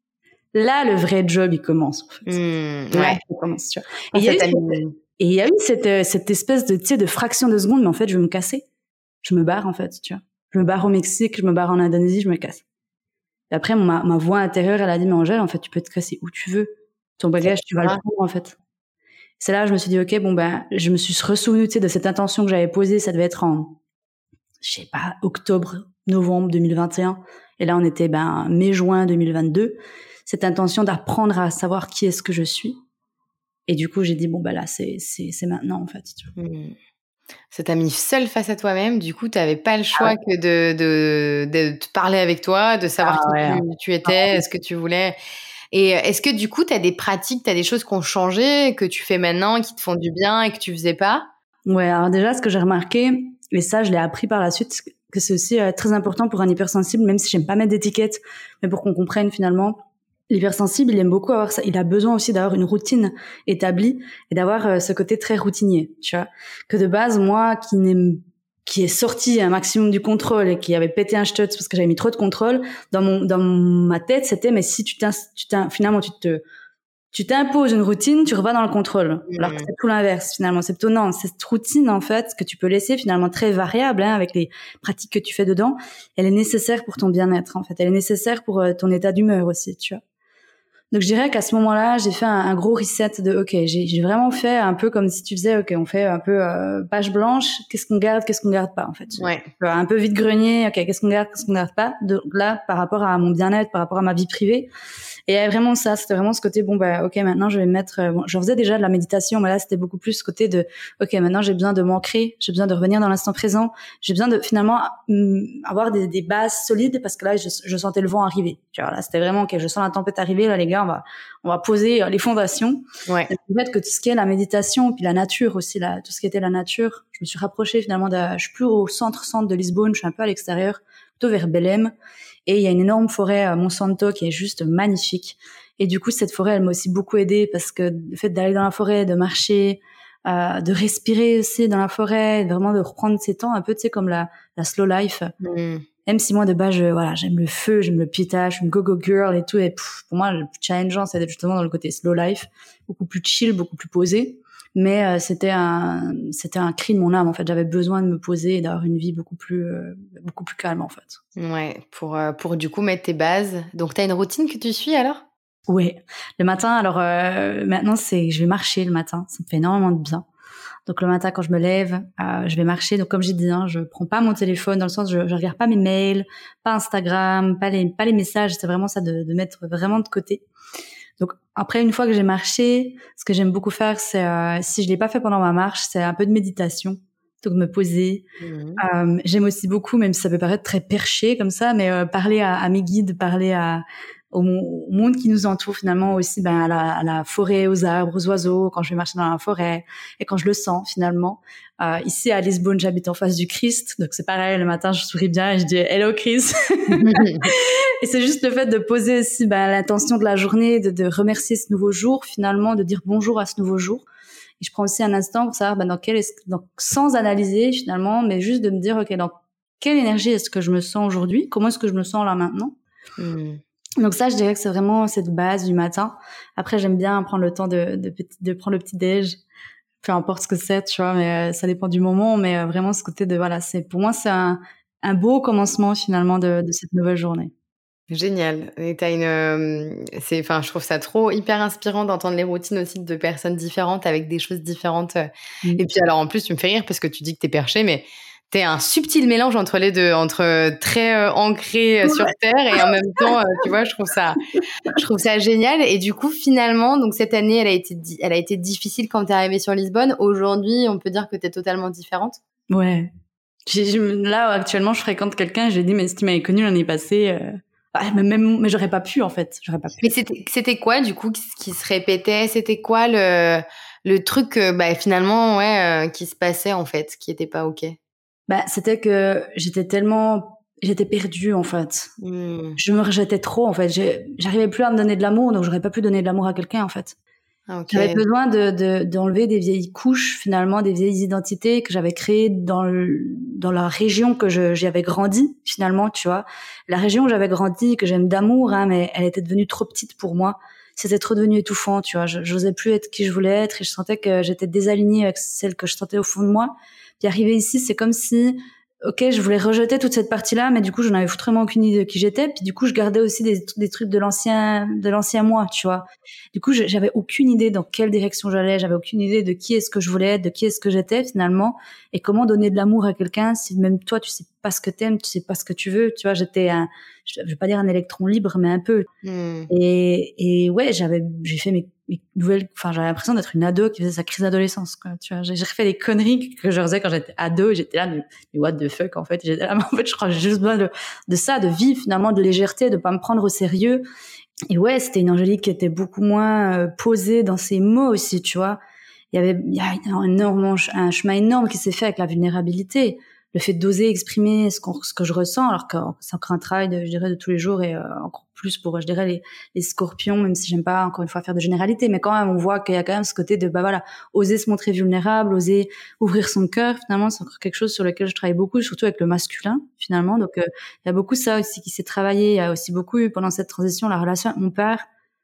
là, le vrai job, il commence, en fait. Hmm. Là, Ouais. il commence, tu vois. Ah, Et il y a ça eu, t'a cette- mis- et il y a eu cette, euh, cette espèce de, tu sais, de fraction de seconde, mais en fait, je veux me casser. Je me barre, en fait, tu vois. Je me barre au Mexique, je me barre en Indonésie, je me casse. Et après, ma, ma voix intérieure, elle a dit, mais Angèle, en fait, tu peux te casser où tu veux. Ton bagage, tu vas le Ah. prendre, en fait. C'est là, je me suis dit, ok, bon, ben, je me suis ressouvenue, tu sais, de cette intention que j'avais posée. Ça devait être en, je sais pas, octobre, novembre deux mille vingt et un. Et là, on était, ben, mai-juin deux mille vingt-deux. Cette intention d'apprendre à savoir qui est-ce que je suis. Et du coup, j'ai dit, bon, ben là, c'est, c'est, c'est maintenant, en fait. Tu vois. Hmm. Ça t'a mis seule face à toi-même. Du coup, tu n'avais pas le choix Ah que de, de, de te parler avec toi, de savoir qui ouais. tu, tu étais, ce que tu voulais. Et est-ce que du coup, tu as des pratiques, tu as des choses qui ont changé, que tu fais maintenant, qui te font du bien et que tu faisais pas? Ouais, alors déjà, ce que j'ai remarqué, et ça, je l'ai appris par la suite, que c'est aussi euh, très important pour un hypersensible, même si j'aime pas mettre d'étiquette, mais pour qu'on comprenne finalement. L'hypersensible, il aime beaucoup avoir ça. Il a besoin aussi d'avoir une routine établie et d'avoir euh, ce côté très routinier, tu vois. Que de base, moi, qui n'aime, qui est sorti un maximum du contrôle et qui avait pété un stutz parce que j'avais mis trop de contrôle, dans mon, dans ma tête, c'était, mais si tu t'in, tu t'in, finalement, tu te, tu t'imposes une routine, tu revas dans le contrôle. Mmh. Alors que c'est tout l'inverse, finalement. C'est plutôt non, cette routine, en fait, que tu peux laisser finalement très variable, hein, avec les pratiques que tu fais dedans, elle est nécessaire pour ton bien-être, en fait. Elle est nécessaire pour euh, ton état d'humeur aussi, tu vois. Donc je dirais qu'à ce moment-là, j'ai fait un, un gros reset de ok, j'ai, j'ai vraiment fait un peu comme si tu faisais ok, on fait un peu euh, page blanche, qu'est-ce qu'on garde, qu'est-ce qu'on garde pas en fait. Ouais. Un peu vide grenier, ok, qu'est-ce qu'on garde, qu'est-ce qu'on garde pas. Donc là, par rapport à mon bien-être, par rapport à ma vie privée, et il y avait vraiment ça, c'était vraiment ce côté bon bah ok, maintenant je vais me mettre. Euh, bon, je faisais déjà de la méditation, mais là c'était beaucoup plus ce côté de ok, maintenant j'ai besoin de m'ancrer, j'ai besoin de revenir dans l'instant présent, j'ai besoin de finalement hum, avoir des, des bases solides parce que là je, je sentais le vent arriver. Tu vois, là c'était vraiment ok, je sens la tempête arriver, là les gars, on va on va poser les fondations. Ouais. Et le fait que tout ce qui est la méditation, puis la nature aussi, là, tout ce qui était la nature, je me suis rapprochée finalement de, je suis plus au centre-centre de Lisbonne, je suis un peu à l'extérieur, plutôt vers Belém. Et il y a une énorme forêt à Monsanto qui est juste magnifique. Et du coup, cette forêt, elle m'a aussi beaucoup aidée parce que le fait d'aller dans la forêt, de marcher, euh, de respirer aussi dans la forêt, vraiment de reprendre ses temps, un peu, tu sais, comme la, la slow life. Mmh. Même si moi de base, je, voilà, j'aime le feu, j'aime le pitage, je suis une go-go girl et tout. Et pff, pour moi, le plus challengeant, c'est d'être justement dans le côté slow life, beaucoup plus chill, beaucoup plus posé. Mais euh, c'était un, c'était un cri de mon âme en fait. J'avais besoin de me poser et d'avoir une vie beaucoup plus, euh, beaucoup plus calme en fait. Ouais, pour euh, pour du coup mettre tes bases. Donc t'as une routine que tu suis alors? Ouais, le matin. Alors euh, maintenant, c'est, je vais marcher le matin. Ça me fait énormément de bien. Donc le matin quand je me lève, euh, je vais marcher. Donc comme j'ai dit, hein, je prends pas mon téléphone dans le sens je, je regarde pas mes mails, pas Instagram, pas les pas les messages. C'est vraiment ça de, de mettre vraiment de côté. Donc après une fois que j'ai marché, ce que j'aime beaucoup faire, c'est euh, si je l'ai pas fait pendant ma marche, c'est un peu de méditation. Donc me poser. Mmh. Euh, j'aime aussi beaucoup, même si ça peut paraître très perché comme ça, mais euh, parler à, à mes guides, parler à au, au monde qui nous entoure finalement aussi, ben à la, à la forêt, aux arbres, aux oiseaux. Quand je vais marcher dans la forêt et quand je le sens finalement. Euh, ici à Lisbonne, j'habite en face du Christ, donc c'est pareil. Le matin, je souris bien et je dis Hello Christ. Et c'est juste le fait de poser aussi ben, l'intention de la journée, de, de remercier ce nouveau jour finalement, de dire bonjour à ce nouveau jour. Et je prends aussi un instant pour savoir ben, dans quel est dans, sans analyser finalement, mais juste de me dire ok dans quelle énergie est-ce que je me sens aujourd'hui, comment est-ce que je me sens là maintenant. Mmh. Donc ça, je dirais que c'est vraiment cette base du matin. Après, j'aime bien prendre le temps de, de, de prendre le petit déj, peu importe ce que c'est, tu vois, mais euh, ça dépend du moment. Mais euh, vraiment, ce côté de voilà, c'est pour moi, c'est un, un beau commencement finalement de, de cette nouvelle journée. Génial. Et t'as une, euh, c'est, enfin, je trouve ça trop hyper inspirant d'entendre les routines aussi de personnes différentes avec des choses différentes. Mm. Et puis alors en plus, tu me fais rire parce que tu dis que t'es perché, mais t'es un subtil mélange entre les deux, entre très euh, ancré euh, sur Ouais. terre et en même temps, euh, tu vois, je trouve ça, je trouve ça génial. Et du coup, finalement, donc cette année, elle a été, di- elle a été difficile quand t'es arrivée sur Lisbonne. Aujourd'hui, on peut dire que t'es totalement différente. Ouais. J'ai, je- là, actuellement, je fréquente quelqu'un, j'ai dit, mais si tu m'avais connu l'année passée, euh, bah, mais même, mais j'aurais pas pu, en fait. J'aurais pas pu. Mais c'était, c'était quoi, du coup, qui, qui se répétait? C'était quoi le, le truc, euh, bah, finalement, ouais, euh, qui se passait, en fait, qui était pas OK? Bah, c'était que j'étais tellement, j'étais perdue, en fait. Hmm. Je me rejetais trop, en fait. J'ai, j'arrivais plus à me donner de l'amour, donc j'aurais pas pu donner de l'amour à quelqu'un, en fait. Ah, OK. J'avais besoin de, de, d'enlever des vieilles couches, finalement, des vieilles identités que j'avais créées dans le, dans la région que je, j'avais grandi, finalement, tu vois. La région où j'avais grandi, que j'aime d'amour, hein, mais elle était devenue trop petite pour moi. C'était trop devenu étouffant, tu vois. Je, j'osais plus être qui je voulais être et je sentais que j'étais désalignée avec celle que je sentais au fond de moi. Puis arriver ici, c'est comme si, ok, je voulais rejeter toute cette partie-là, mais du coup, je n'avais foutrement aucune idée de qui j'étais. Puis du coup, je gardais aussi des, des trucs de l'ancien, de l'ancien moi, tu vois. Du coup, je- j'avais aucune idée dans quelle direction j'allais. J'avais aucune idée de qui est-ce que je voulais être, de qui est-ce que j'étais finalement, et comment donner de l'amour à quelqu'un si même toi, tu sais pas ce que t'aimes, tu sais pas ce que tu veux. Tu vois, j'étais un, je vais pas dire un électron libre, mais un peu. Hmm. Et, et ouais, j'avais, j'ai fait mes, mes nouvelles, enfin, j'avais l'impression d'être une ado qui faisait sa crise d'adolescence, quoi. Tu vois, j'ai, j'ai refait les conneries que je faisais quand j'étais ado et j'étais là, mais, mais what the fuck, en fait. Et j'étais là, mais en fait, je crois que j'ai juste besoin de, de ça, de vivre, finalement, de légèreté, de pas me prendre au sérieux. Et ouais, c'était une Angélique qui était beaucoup moins euh, posée dans ses mots aussi, tu vois. Il y avait, il y a un énorme, un chemin énorme qui s'est fait avec la vulnérabilité. Le fait d'oser exprimer ce, qu'on, ce que je ressens, alors que c'est encore un travail, de, je dirais, de tous les jours et euh, encore plus pour, je dirais, les, les scorpions, même si j'aime pas, encore une fois, faire de généralité, mais quand même, on voit qu'il y a quand même ce côté de, bah voilà, oser se montrer vulnérable, oser ouvrir son cœur, finalement, c'est encore quelque chose sur lequel je travaille beaucoup, surtout avec le masculin, finalement. Donc, euh, il y a beaucoup ça aussi qui s'est travaillé. Il y a aussi beaucoup eu, pendant cette transition, la relation avec mon père,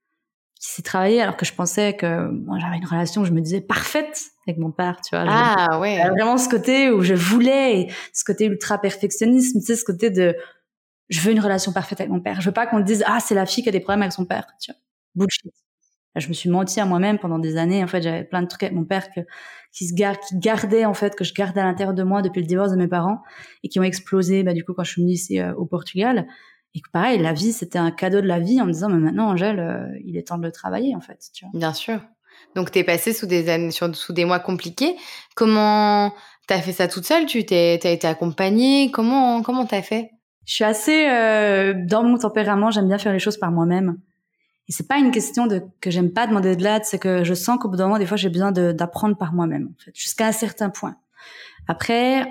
qui s'est travaillée, alors que je pensais que moi, j'avais une relation, je me disais, parfaite avec mon père, tu vois. Ah, Il y ouais. a vraiment ce côté où je voulais, et ce côté ultra perfectionnisme, tu sais, ce côté de, je veux une relation parfaite avec mon père. Je veux pas qu'on te dise, ah, c'est la fille qui a des problèmes avec son père, tu vois. Bullshit. Là, je me suis menti à moi-même pendant des années. En fait, j'avais plein de trucs avec mon père que, qui se gar, qui gardait, en fait, que je gardais à l'intérieur de moi depuis le divorce de mes parents et qui ont explosé, bah, du coup, quand je suis venue ici, euh, au Portugal. Et que pareil, la vie, c'était un cadeau de la vie en me disant, mais maintenant, Angèle, euh, il est temps de le travailler, en fait, tu vois. Bien sûr. Donc, t'es passée sous des années, sur, sous des mois compliqués. Comment t'as fait ça toute seule? Tu t'es, t'as été accompagnée? Comment, comment t'as fait? Je suis assez, euh, dans mon tempérament, j'aime bien faire les choses par moi-même. Et c'est pas une question de que j'aime pas demander de l'aide, c'est que je sens qu'au bout d'un moment, des fois, j'ai besoin de, d'apprendre par moi-même, en fait, jusqu'à un certain point. Après,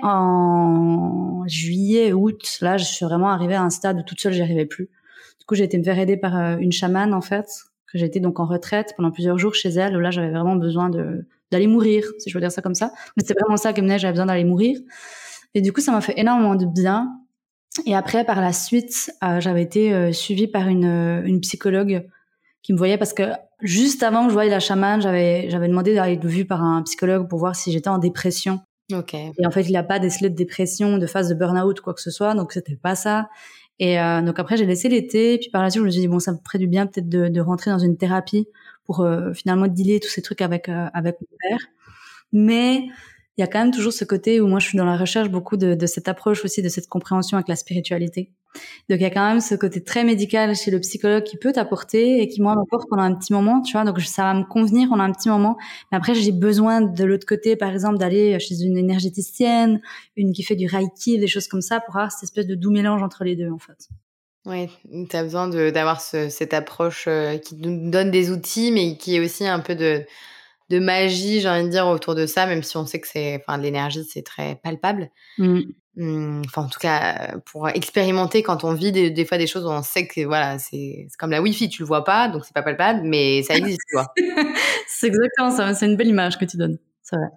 en juillet, août, là, je suis vraiment arrivée à un stade où toute seule, j'y arrivais plus. Du coup, j'ai été me faire aider par euh, une chamane, en fait, que j'ai été donc en retraite pendant plusieurs jours chez elle, où là, j'avais vraiment besoin de d'aller mourir, si je veux dire ça comme ça. Mais c'est vraiment ça qui me venait, j'avais besoin d'aller mourir. Et du coup, ça m'a fait énormément de bien. Et après, par la suite, euh, j'avais été euh, suivie par une, euh, une psychologue qui me voyait parce que juste avant que je voie la chamane, j'avais, j'avais demandé d'aller être vue par un psychologue pour voir si j'étais en dépression. Ok. Et en fait, il a pas décelé de dépression, de phase de burn-out, quoi que ce soit, donc c'était pas ça. Et euh, donc après, j'ai laissé l'été, puis par la suite, je me suis dit, bon, ça me ferait du bien peut-être de, de rentrer dans une thérapie pour euh, finalement dealer tous ces trucs avec, euh, avec mon père. Mais il y a quand même toujours ce côté où moi, je suis dans la recherche beaucoup de, de cette approche aussi, de cette compréhension avec la spiritualité. Donc, il y a quand même ce côté très médical chez le psychologue qui peut t'apporter et qui, moi, m'apporte pendant un petit moment, tu vois. Donc, ça va me convenir pendant un petit moment. Mais après, j'ai besoin de l'autre côté, par exemple, d'aller chez une énergéticienne, une qui fait du reiki, des choses comme ça, pour avoir cette espèce de doux mélange entre les deux, en fait. Oui, tu as besoin de, d'avoir ce, cette approche euh, qui nous donne des outils, mais qui est aussi un peu de, de magie, j'ai envie de dire, autour de ça, même si on sait que c'est, enfin, l'énergie, c'est très palpable. Mm. Hum, Enfin, en tout cas, pour expérimenter quand on vit des, des fois des choses où on sait que voilà, c'est, c'est comme la Wi-Fi, tu le vois pas, donc c'est pas palpable, mais ça existe, tu vois. C'est exactement ça. C'est une belle image que tu donnes. C'est vrai.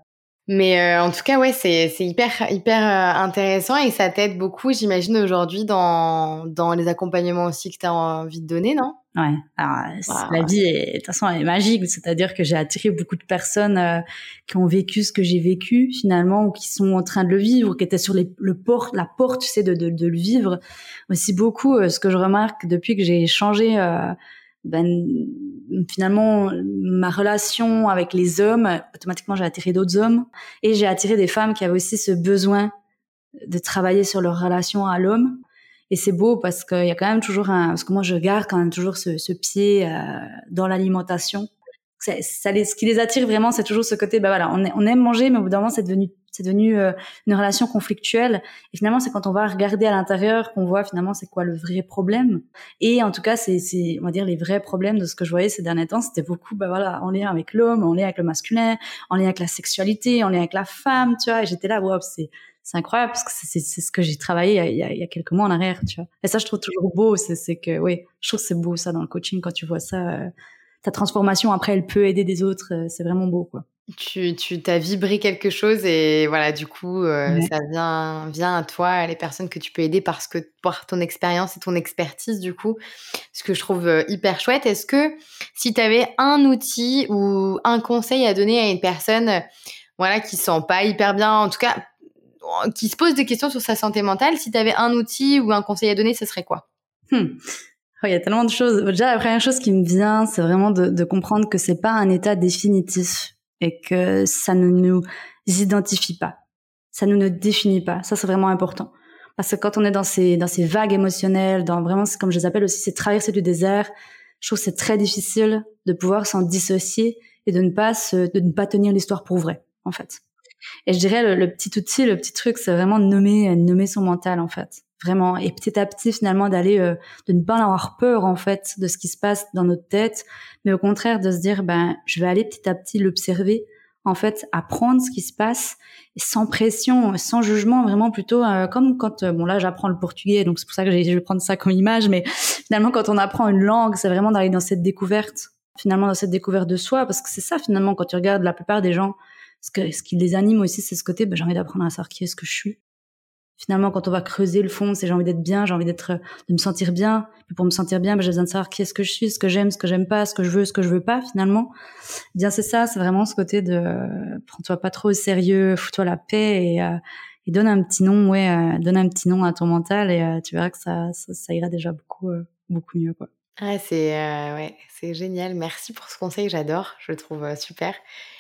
Mais euh, en tout cas, ouais, c'est c'est hyper hyper euh, intéressant et ça t'aide beaucoup, j'imagine, aujourd'hui dans dans les accompagnements aussi que tu as envie de donner, non? Ouais. Alors, Wow. la vie, est, de toute façon, elle est magique. C'est-à-dire que j'ai attiré beaucoup de personnes euh, qui ont vécu ce que j'ai vécu finalement, ou qui sont en train de le vivre, qui étaient sur les, le porte, la porte, tu sais, de, de, de le vivre. Aussi beaucoup, euh, ce que je remarque depuis que j'ai changé, euh, ben, finalement, ma relation avec les hommes, automatiquement, j'ai attiré d'autres hommes, et j'ai attiré des femmes qui avaient aussi ce besoin de travailler sur leur relation à l'homme. Et c'est beau parce qu'il y a quand même toujours un, parce que moi je garde quand même toujours ce, ce pied euh, dans l'alimentation. Ça, ça les, ce qui les attire vraiment, c'est toujours ce côté, bah voilà, on, est, on aime manger, mais au bout d'un moment, c'est devenu, c'est devenu euh, une relation conflictuelle. Et finalement, c'est quand on va regarder à l'intérieur qu'on voit finalement c'est quoi le vrai problème. Et en tout cas, c'est, c'est, on va dire les vrais problèmes de ce que je voyais ces derniers temps, c'était beaucoup, bah voilà, en lien avec l'homme, en lien avec le masculin, en lien avec la sexualité, en lien avec la femme, tu vois. Et j'étais là, wow, c'est c'est incroyable parce que c'est, c'est ce que j'ai travaillé il y, a, il y a quelques mois en arrière, tu vois. Et ça, je trouve toujours beau, c'est, c'est que, oui, je trouve que c'est beau ça dans le coaching quand tu vois ça. Euh, ta transformation après, elle peut aider des autres, euh, c'est vraiment beau, quoi. Tu, tu t'as vibré quelque chose et voilà, du coup, euh, Ouais. ça vient, vient à toi, les personnes que tu peux aider parce que par ton expérience et ton expertise, du coup, ce que je trouve euh, hyper chouette. Est-ce que si tu avais un outil ou un conseil à donner à une personne, euh, voilà, qui se sent pas hyper bien, en tout cas, qui se pose des questions sur sa santé mentale, si tu avais un outil ou un conseil à donner, ce serait quoi? Hmm. Oh, il y a tellement de choses. Déjà, la première chose qui me vient, c'est vraiment de, de comprendre que c'est pas un état définitif et que ça ne nous identifie pas. Ça ne nous définit pas. Ça, c'est vraiment important. Parce que quand on est dans ces, dans ces vagues émotionnelles, dans vraiment, comme je les appelle aussi, ces traversées du désert, je trouve que c'est très difficile de pouvoir s'en dissocier et de ne pas se, de ne pas tenir l'histoire pour vraie, en fait. Et je dirais, le, le petit outil, le petit truc, c'est vraiment de nommer, nommer son mental, en fait. Vraiment. Et petit à petit, finalement, d'aller, euh, de ne pas avoir peur, en fait, de ce qui se passe dans notre tête, mais au contraire, de se dire, ben, je vais aller petit à petit l'observer, en fait, apprendre ce qui se passe, et sans pression, sans jugement, vraiment plutôt, euh, comme quand, euh, bon, là, j'apprends le portugais, donc c'est pour ça que j'ai, je vais prendre ça comme image, mais finalement, quand on apprend une langue, c'est vraiment d'aller dans cette découverte, finalement, dans cette découverte de soi, parce que c'est ça, finalement, quand tu regardes la plupart des gens, ce, que, ce qui les anime aussi, c'est ce côté, ben, j'ai envie d'apprendre à savoir qui est-ce que je suis. Finalement, quand on va creuser le fond, c'est j'ai envie d'être bien, j'ai envie d'être, de me sentir bien. Puis pour me sentir bien, ben, j'ai besoin de savoir qui est-ce que je suis, ce que j'aime, ce que j'aime pas, ce que je veux, ce que je veux pas, finalement. Bien, c'est ça, c'est vraiment ce côté de, prends-toi pas trop au sérieux, fous-toi la paix et, euh, et donne un petit nom, ouais, euh, donne un petit nom à ton mental et euh, tu verras que ça, ça, ça ira déjà beaucoup, euh, beaucoup mieux, quoi. Ah, c'est, euh, ouais, c'est génial. Merci pour ce conseil, j'adore. Je le trouve euh, super.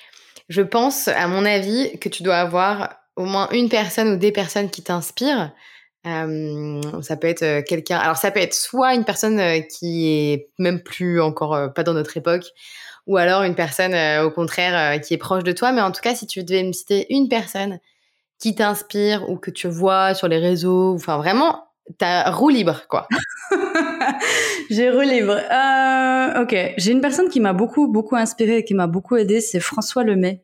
Je pense, à mon avis, que tu dois avoir au moins une personne ou des personnes qui t'inspirent. Euh, ça peut être quelqu'un... Alors, ça peut être soit une personne qui est même plus encore euh, pas dans notre époque, ou alors une personne, euh, au contraire, euh, qui est proche de toi. Mais en tout cas, si tu devais me citer une personne qui t'inspire ou que tu vois sur les réseaux, enfin vraiment, t'as roue libre, quoi. J'ai roue libre. Euh, ok, j'ai une personne qui m'a beaucoup, beaucoup inspirée et qui m'a beaucoup aidée, c'est François Lemay.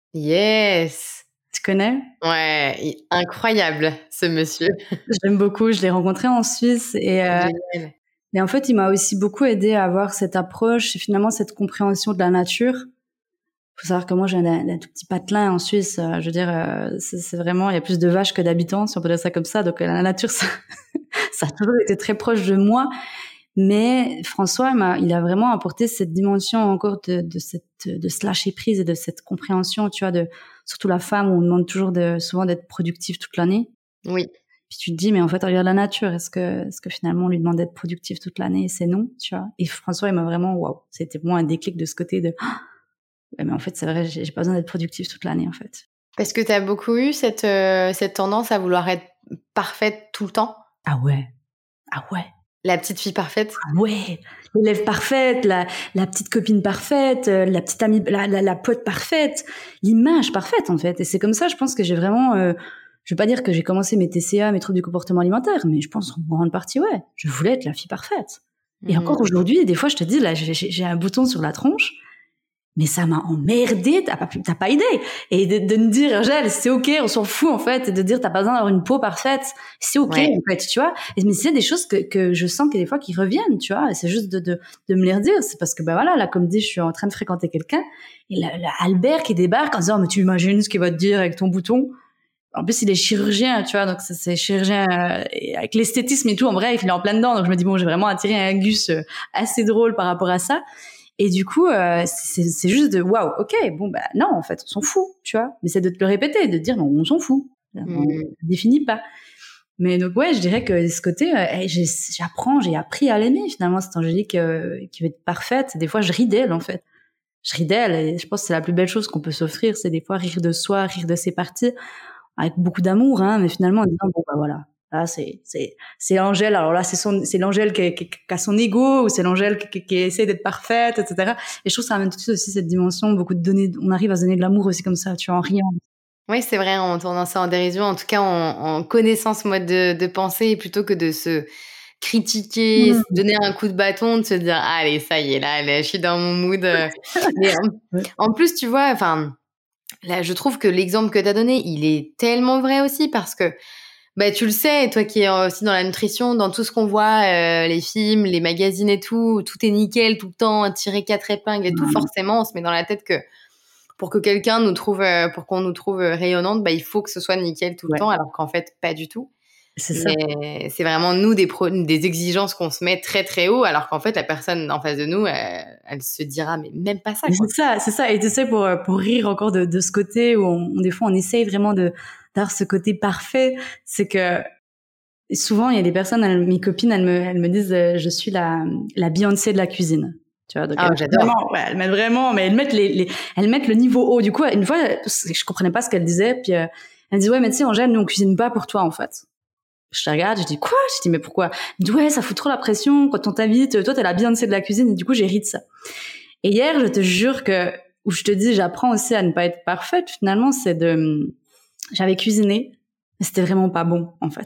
Yes. Tu connais? Ouais, incroyable, ce monsieur. J'aime beaucoup, je l'ai rencontré en Suisse et, euh, Génial. et en fait, il m'a aussi beaucoup aidé à avoir cette approche et finalement cette compréhension de la nature. Faut savoir que moi, j'ai un, un tout petit patelin en Suisse. Euh, je veux dire, euh, c'est, c'est vraiment, il y a plus de vaches que d'habitants, si on peut dire ça comme ça. Donc, euh, la nature, ça, ça a toujours été très proche de moi. Mais François, il, m'a, il a vraiment apporté cette dimension encore de, de cette, de se lâcher prise et de cette compréhension, tu vois, de, surtout la femme où on demande toujours de, souvent d'être productive toute l'année. Oui. Puis tu te dis, mais en fait, regarde la nature. Est-ce que, est-ce que finalement, on lui demande d'être productive toute l'année? C'est non, tu vois. Et François, il m'a vraiment, waouh, c'était pour moi un déclic de ce côté de, oh, mais en fait, c'est vrai, j'ai, j'ai pas besoin d'être productive toute l'année, en fait. Parce que t'as beaucoup eu cette, euh, cette tendance à vouloir être parfaite tout le temps. Ah ouais. Ah ouais. La petite fille parfaite. Ah ouais. L'élève parfaite, la, la petite copine parfaite, euh, la petite amie, la, la, la pote parfaite, l'image parfaite, en fait. Et c'est comme ça, je pense que j'ai vraiment, euh, je veux pas dire que j'ai commencé mes T C A, mes troubles du comportement alimentaire, mais je pense en grande partie, ouais. Je voulais être la fille parfaite. Et Mmh. encore aujourd'hui, des fois, je te dis, là, j'ai, j'ai un bouton sur la tronche. Mais ça m'a emmerdée, t'as pas, t'as pas idée. Et de, de me dire, Angèle, c'est ok, on s'en fout, en fait. Et de dire, t'as pas besoin d'avoir une peau parfaite. C'est ok, ouais. En fait, tu vois. Et, mais c'est des choses que, que je sens que des fois qui reviennent, tu vois. Et c'est juste de, de, de me les redire. C'est parce que, ben voilà, là, comme dit, je suis en train de fréquenter quelqu'un. Et là, là Albert qui débarque en disant, mais tu imagines ce qu'il va te dire avec ton bouton. En plus, il est chirurgien, tu vois. Donc, c'est, c'est chirurgien, euh, avec l'esthétisme et tout. En bref, il est en plein dedans. Donc, je me dis, bon, j'ai vraiment attiré un gus euh, assez drôle par rapport à ça. Et du coup, euh, c'est, c'est juste de waouh, ok, bon bah non, en fait, on s'en fout, tu vois. Mais c'est de te le répéter, de te dire non, on s'en fout, on ne définit pas. Mais donc ouais, je dirais que ce côté, euh, j'ai, j'apprends, j'ai appris à l'aimer finalement cette Angélique euh, qui veut être parfaite. Des fois, je ris d'elle en fait. Je ris d'elle et je pense que c'est la plus belle chose qu'on peut s'offrir, c'est des fois rire de soi, rire de ses parties, avec beaucoup d'amour, hein. Mais finalement, en disant bon bah voilà. Là, c'est, c'est, c'est l'Angèle. Alors là, c'est son, c'est l'Angèle qui, qui, qui a son ego, ou c'est l'Angèle qui, qui, qui essaie d'être parfaite, et cetera. Et je trouve que ça amène tout de suite aussi cette dimension, beaucoup de donner, on arrive à se donner de l'amour aussi comme ça, tu vois, en riant. Oui, c'est vrai, en tournant ça en dérision, en tout cas, en, en connaissant ce mode de, de pensée, plutôt que de se critiquer, mmh. se donner un coup de bâton, de se dire, ah, allez, ça y est, là, là je suis dans mon mood. Mais en, en plus, tu vois, enfin, là, je trouve que l'exemple que tu as donné, il est tellement vrai aussi parce que, bah, tu le sais, toi qui es aussi dans la nutrition, dans tout ce qu'on voit, euh, les films, les magazines et tout, tout est nickel tout le temps, tiré quatre épingles et mmh. tout. Forcément, on se met dans la tête que pour que quelqu'un nous trouve, euh, pour qu'on nous trouve rayonnante, bah, il faut que ce soit nickel tout le ouais. temps, alors qu'en fait, pas du tout. C'est ça. Mais c'est vraiment nous des, pro- des exigences qu'on se met très très haut, alors qu'en fait, la personne en face de nous, elle, elle se dira, mais même pas ça. Quoi. C'est ça, c'est ça. Et tu sais, pour, pour rire encore de, de ce côté où on, des fois, on essaye vraiment de, d'avoir ce côté parfait, c'est que souvent, il y a des personnes, elles, mes copines, elles me, elles me disent, euh, je suis la, la Beyoncé de la cuisine. Tu vois, donc ah, elles, j'adore. Vraiment, ouais, elles mettent vraiment, mais elles mettent les, les, elles mettent le niveau haut. Du coup, une fois, je comprenais pas ce qu'elle disait, puis euh, elle me dit, ouais, mais tu sais, Angèle, nous, on cuisine pas pour toi, en fait. Je la regarde, je dis, quoi? Je dis, mais pourquoi? Elle me dit, ouais, ça fout trop la pression quand on t'invite. Toi, t'es la Beyoncé de la cuisine, et du coup, j'ai ri de ça. Et hier, je te jure que, où je te dis, j'apprends aussi à ne pas être parfaite, finalement, c'est de, j'avais cuisiné, mais c'était vraiment pas bon, en fait.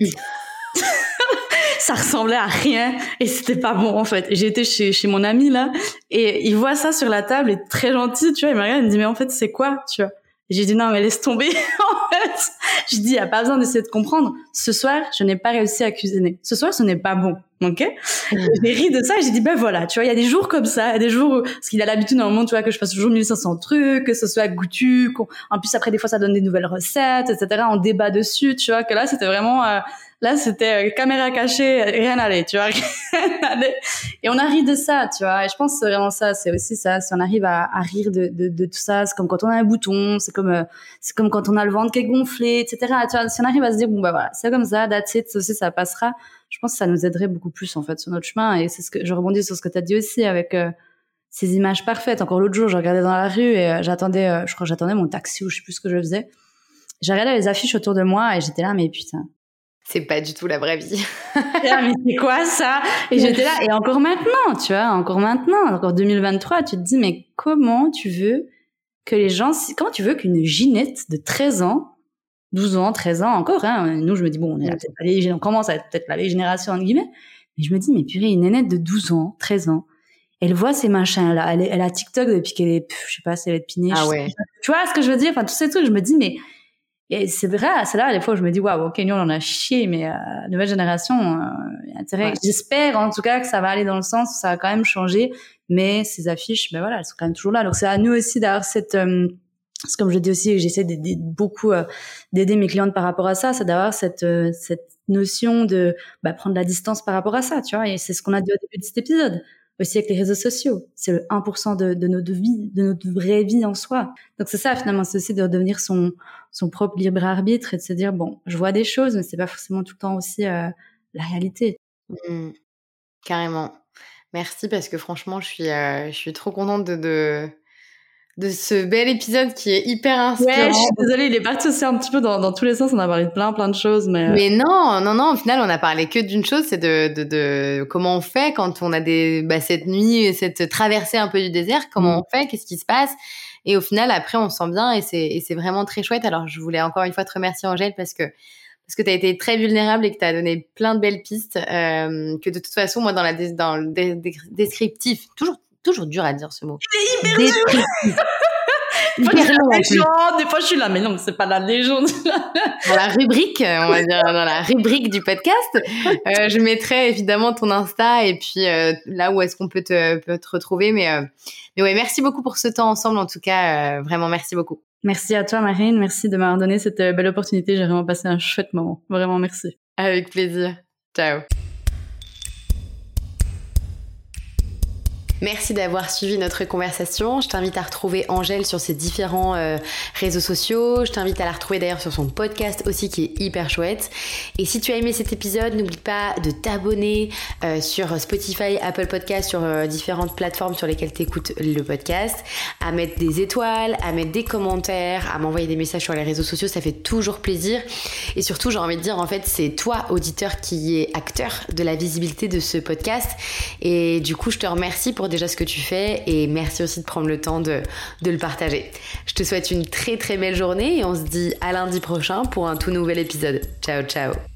Ça ressemblait à rien et c'était pas bon en fait. J'ai été chez chez mon ami là et il voit ça sur la table et très gentil, tu vois, il me regarde, il me dit mais en fait c'est quoi, tu vois. Et j'ai dit non mais laisse tomber en fait. Je dis il y a pas besoin d'essayer de comprendre. Ce soir, je n'ai pas réussi à cuisiner. Ce soir, ce n'est pas bon. OK? Mmh. J'ai ri de ça et j'ai dit ben voilà, tu vois, il y a des jours comme ça, il y a des jours où parce qu'il a l'habitude normalement, tu vois, que je fasse toujours mille cinq cents trucs, que ce soit goûtu, qu'on... en plus après des fois ça donne des nouvelles recettes, et cetera. On débat dessus, tu vois, que là c'était vraiment euh... Là, c'était euh, caméra cachée, rien n'allait, tu vois, rien n'allait. Et on a ri de ça, tu vois. Et je pense que c'est vraiment ça, c'est aussi ça. Si on arrive à, à rire de, de, de tout ça, c'est comme quand on a un bouton, c'est comme, euh, c'est comme quand on a le ventre qui est gonflé, et cetera. Tu vois, si on arrive à se dire, bon, bah voilà, c'est comme ça, that's it, ça aussi, ça passera. Je pense que ça nous aiderait beaucoup plus, en fait, sur notre chemin. Et c'est ce que, je rebondis sur ce que tu as dit aussi avec euh, ces images parfaites. Encore l'autre jour, je regardais dans la rue et euh, j'attendais, euh, je crois que j'attendais mon taxi ou je sais plus ce que je faisais. J'ai regardé les affiches autour de moi et j'étais là, mais putain. C'est pas du tout la vraie vie. Mais c'est quoi ça? Et j'étais là, et encore maintenant, tu vois, encore maintenant, encore deux mille vingt-trois, tu te dis, mais comment tu veux que les gens, comment tu veux qu'une Ginette de treize ans, douze ans, treize ans encore, hein, nous je me dis, bon, on est là, peut-être la vieille, on commence à être peut-être la vieille génération, entre guillemets, mais je me dis, mais purée, une nénette de douze ans, treize ans, elle voit ces machins-là, elle, est, elle a TikTok depuis qu'elle est, pff, je sais pas, si elle est pinée. Ah ouais. Tu vois ce que je veux dire? Enfin, tous ces trucs, je me dis, mais, et c'est vrai, c'est là, des fois, où je me dis, waouh, ok, nous, on en a chié, mais, euh, nouvelle génération, euh, intérêt. Ouais. J'espère, en tout cas, que ça va aller dans le sens où ça va quand même changer, mais ces affiches, ben voilà, elles sont quand même toujours là. Donc, c'est à nous aussi d'avoir cette, euh, c'est comme je dis aussi, j'essaie d'aider beaucoup, euh, d'aider mes clientes par rapport à ça, c'est d'avoir cette, euh, cette notion de, bah, prendre la distance par rapport à ça, tu vois, et c'est ce qu'on a dit au début de cet épisode. Aussi avec les réseaux sociaux, c'est le un pour cent de, de notre vie, de notre vraie vie en soi. Donc c'est ça finalement, c'est aussi de redevenir son son propre libre arbitre et de se dire bon, je vois des choses, mais c'est pas forcément tout le temps aussi euh, la réalité. Mmh, carrément. Merci parce que franchement, je suis euh, je suis trop contente de, de de ce bel épisode qui est hyper inspirant. Ouais, je suis désolée, il est parti aussi un petit peu dans, dans tous les sens, on a parlé de plein plein de choses, mais... Mais non, non, non, au final, on a parlé que d'une chose, c'est de, de, de comment on fait quand on a des, bah, cette nuit, cette traversée un peu du désert, comment mmh. on fait, qu'est-ce qui se passe. Et au final, après, on se sent bien et c'est, et c'est vraiment très chouette. Alors, je voulais encore une fois te remercier, Angèle, parce que parce que tu as été très vulnérable et que tu as donné plein de belles pistes, euh, que de toute façon, moi, dans, la, dans le dé- dé- descriptif, toujours toujours dur à dire ce mot. Il est hyper dur. Des fois, je suis la légende, des fois, je suis là, mais non, c'est pas la légende. Dans la rubrique, on va dire, dans la rubrique du podcast, euh, je mettrai évidemment ton Insta et puis euh, là où est-ce qu'on peut te, peut te retrouver. Mais, euh, mais ouais, merci beaucoup pour ce temps ensemble. En tout cas, euh, vraiment, merci beaucoup. Merci à toi, Marine. Merci de m'avoir donné cette belle opportunité. J'ai vraiment passé un chouette moment. Vraiment, merci. Avec plaisir. Ciao. Merci d'avoir suivi notre conversation. Je t'invite à retrouver Angèle sur ses différents euh, réseaux sociaux. Je t'invite à la retrouver d'ailleurs sur son podcast aussi qui est hyper chouette. Et si tu as aimé cet épisode, n'oublie pas de t'abonner euh, sur Spotify, Apple Podcast, sur euh, différentes plateformes sur lesquelles tu écoutes le podcast, à mettre des étoiles, à mettre des commentaires, à m'envoyer des messages sur les réseaux sociaux. Ça fait toujours plaisir. Et surtout, j'ai envie de dire, en fait, c'est toi, auditeur, qui est acteur de la visibilité de ce podcast. Et du coup, je te remercie pour déjà ce que tu fais et merci aussi de prendre le temps de, de le partager. Je te souhaite une très très belle journée et on se dit à lundi prochain pour un tout nouvel épisode. Ciao ciao.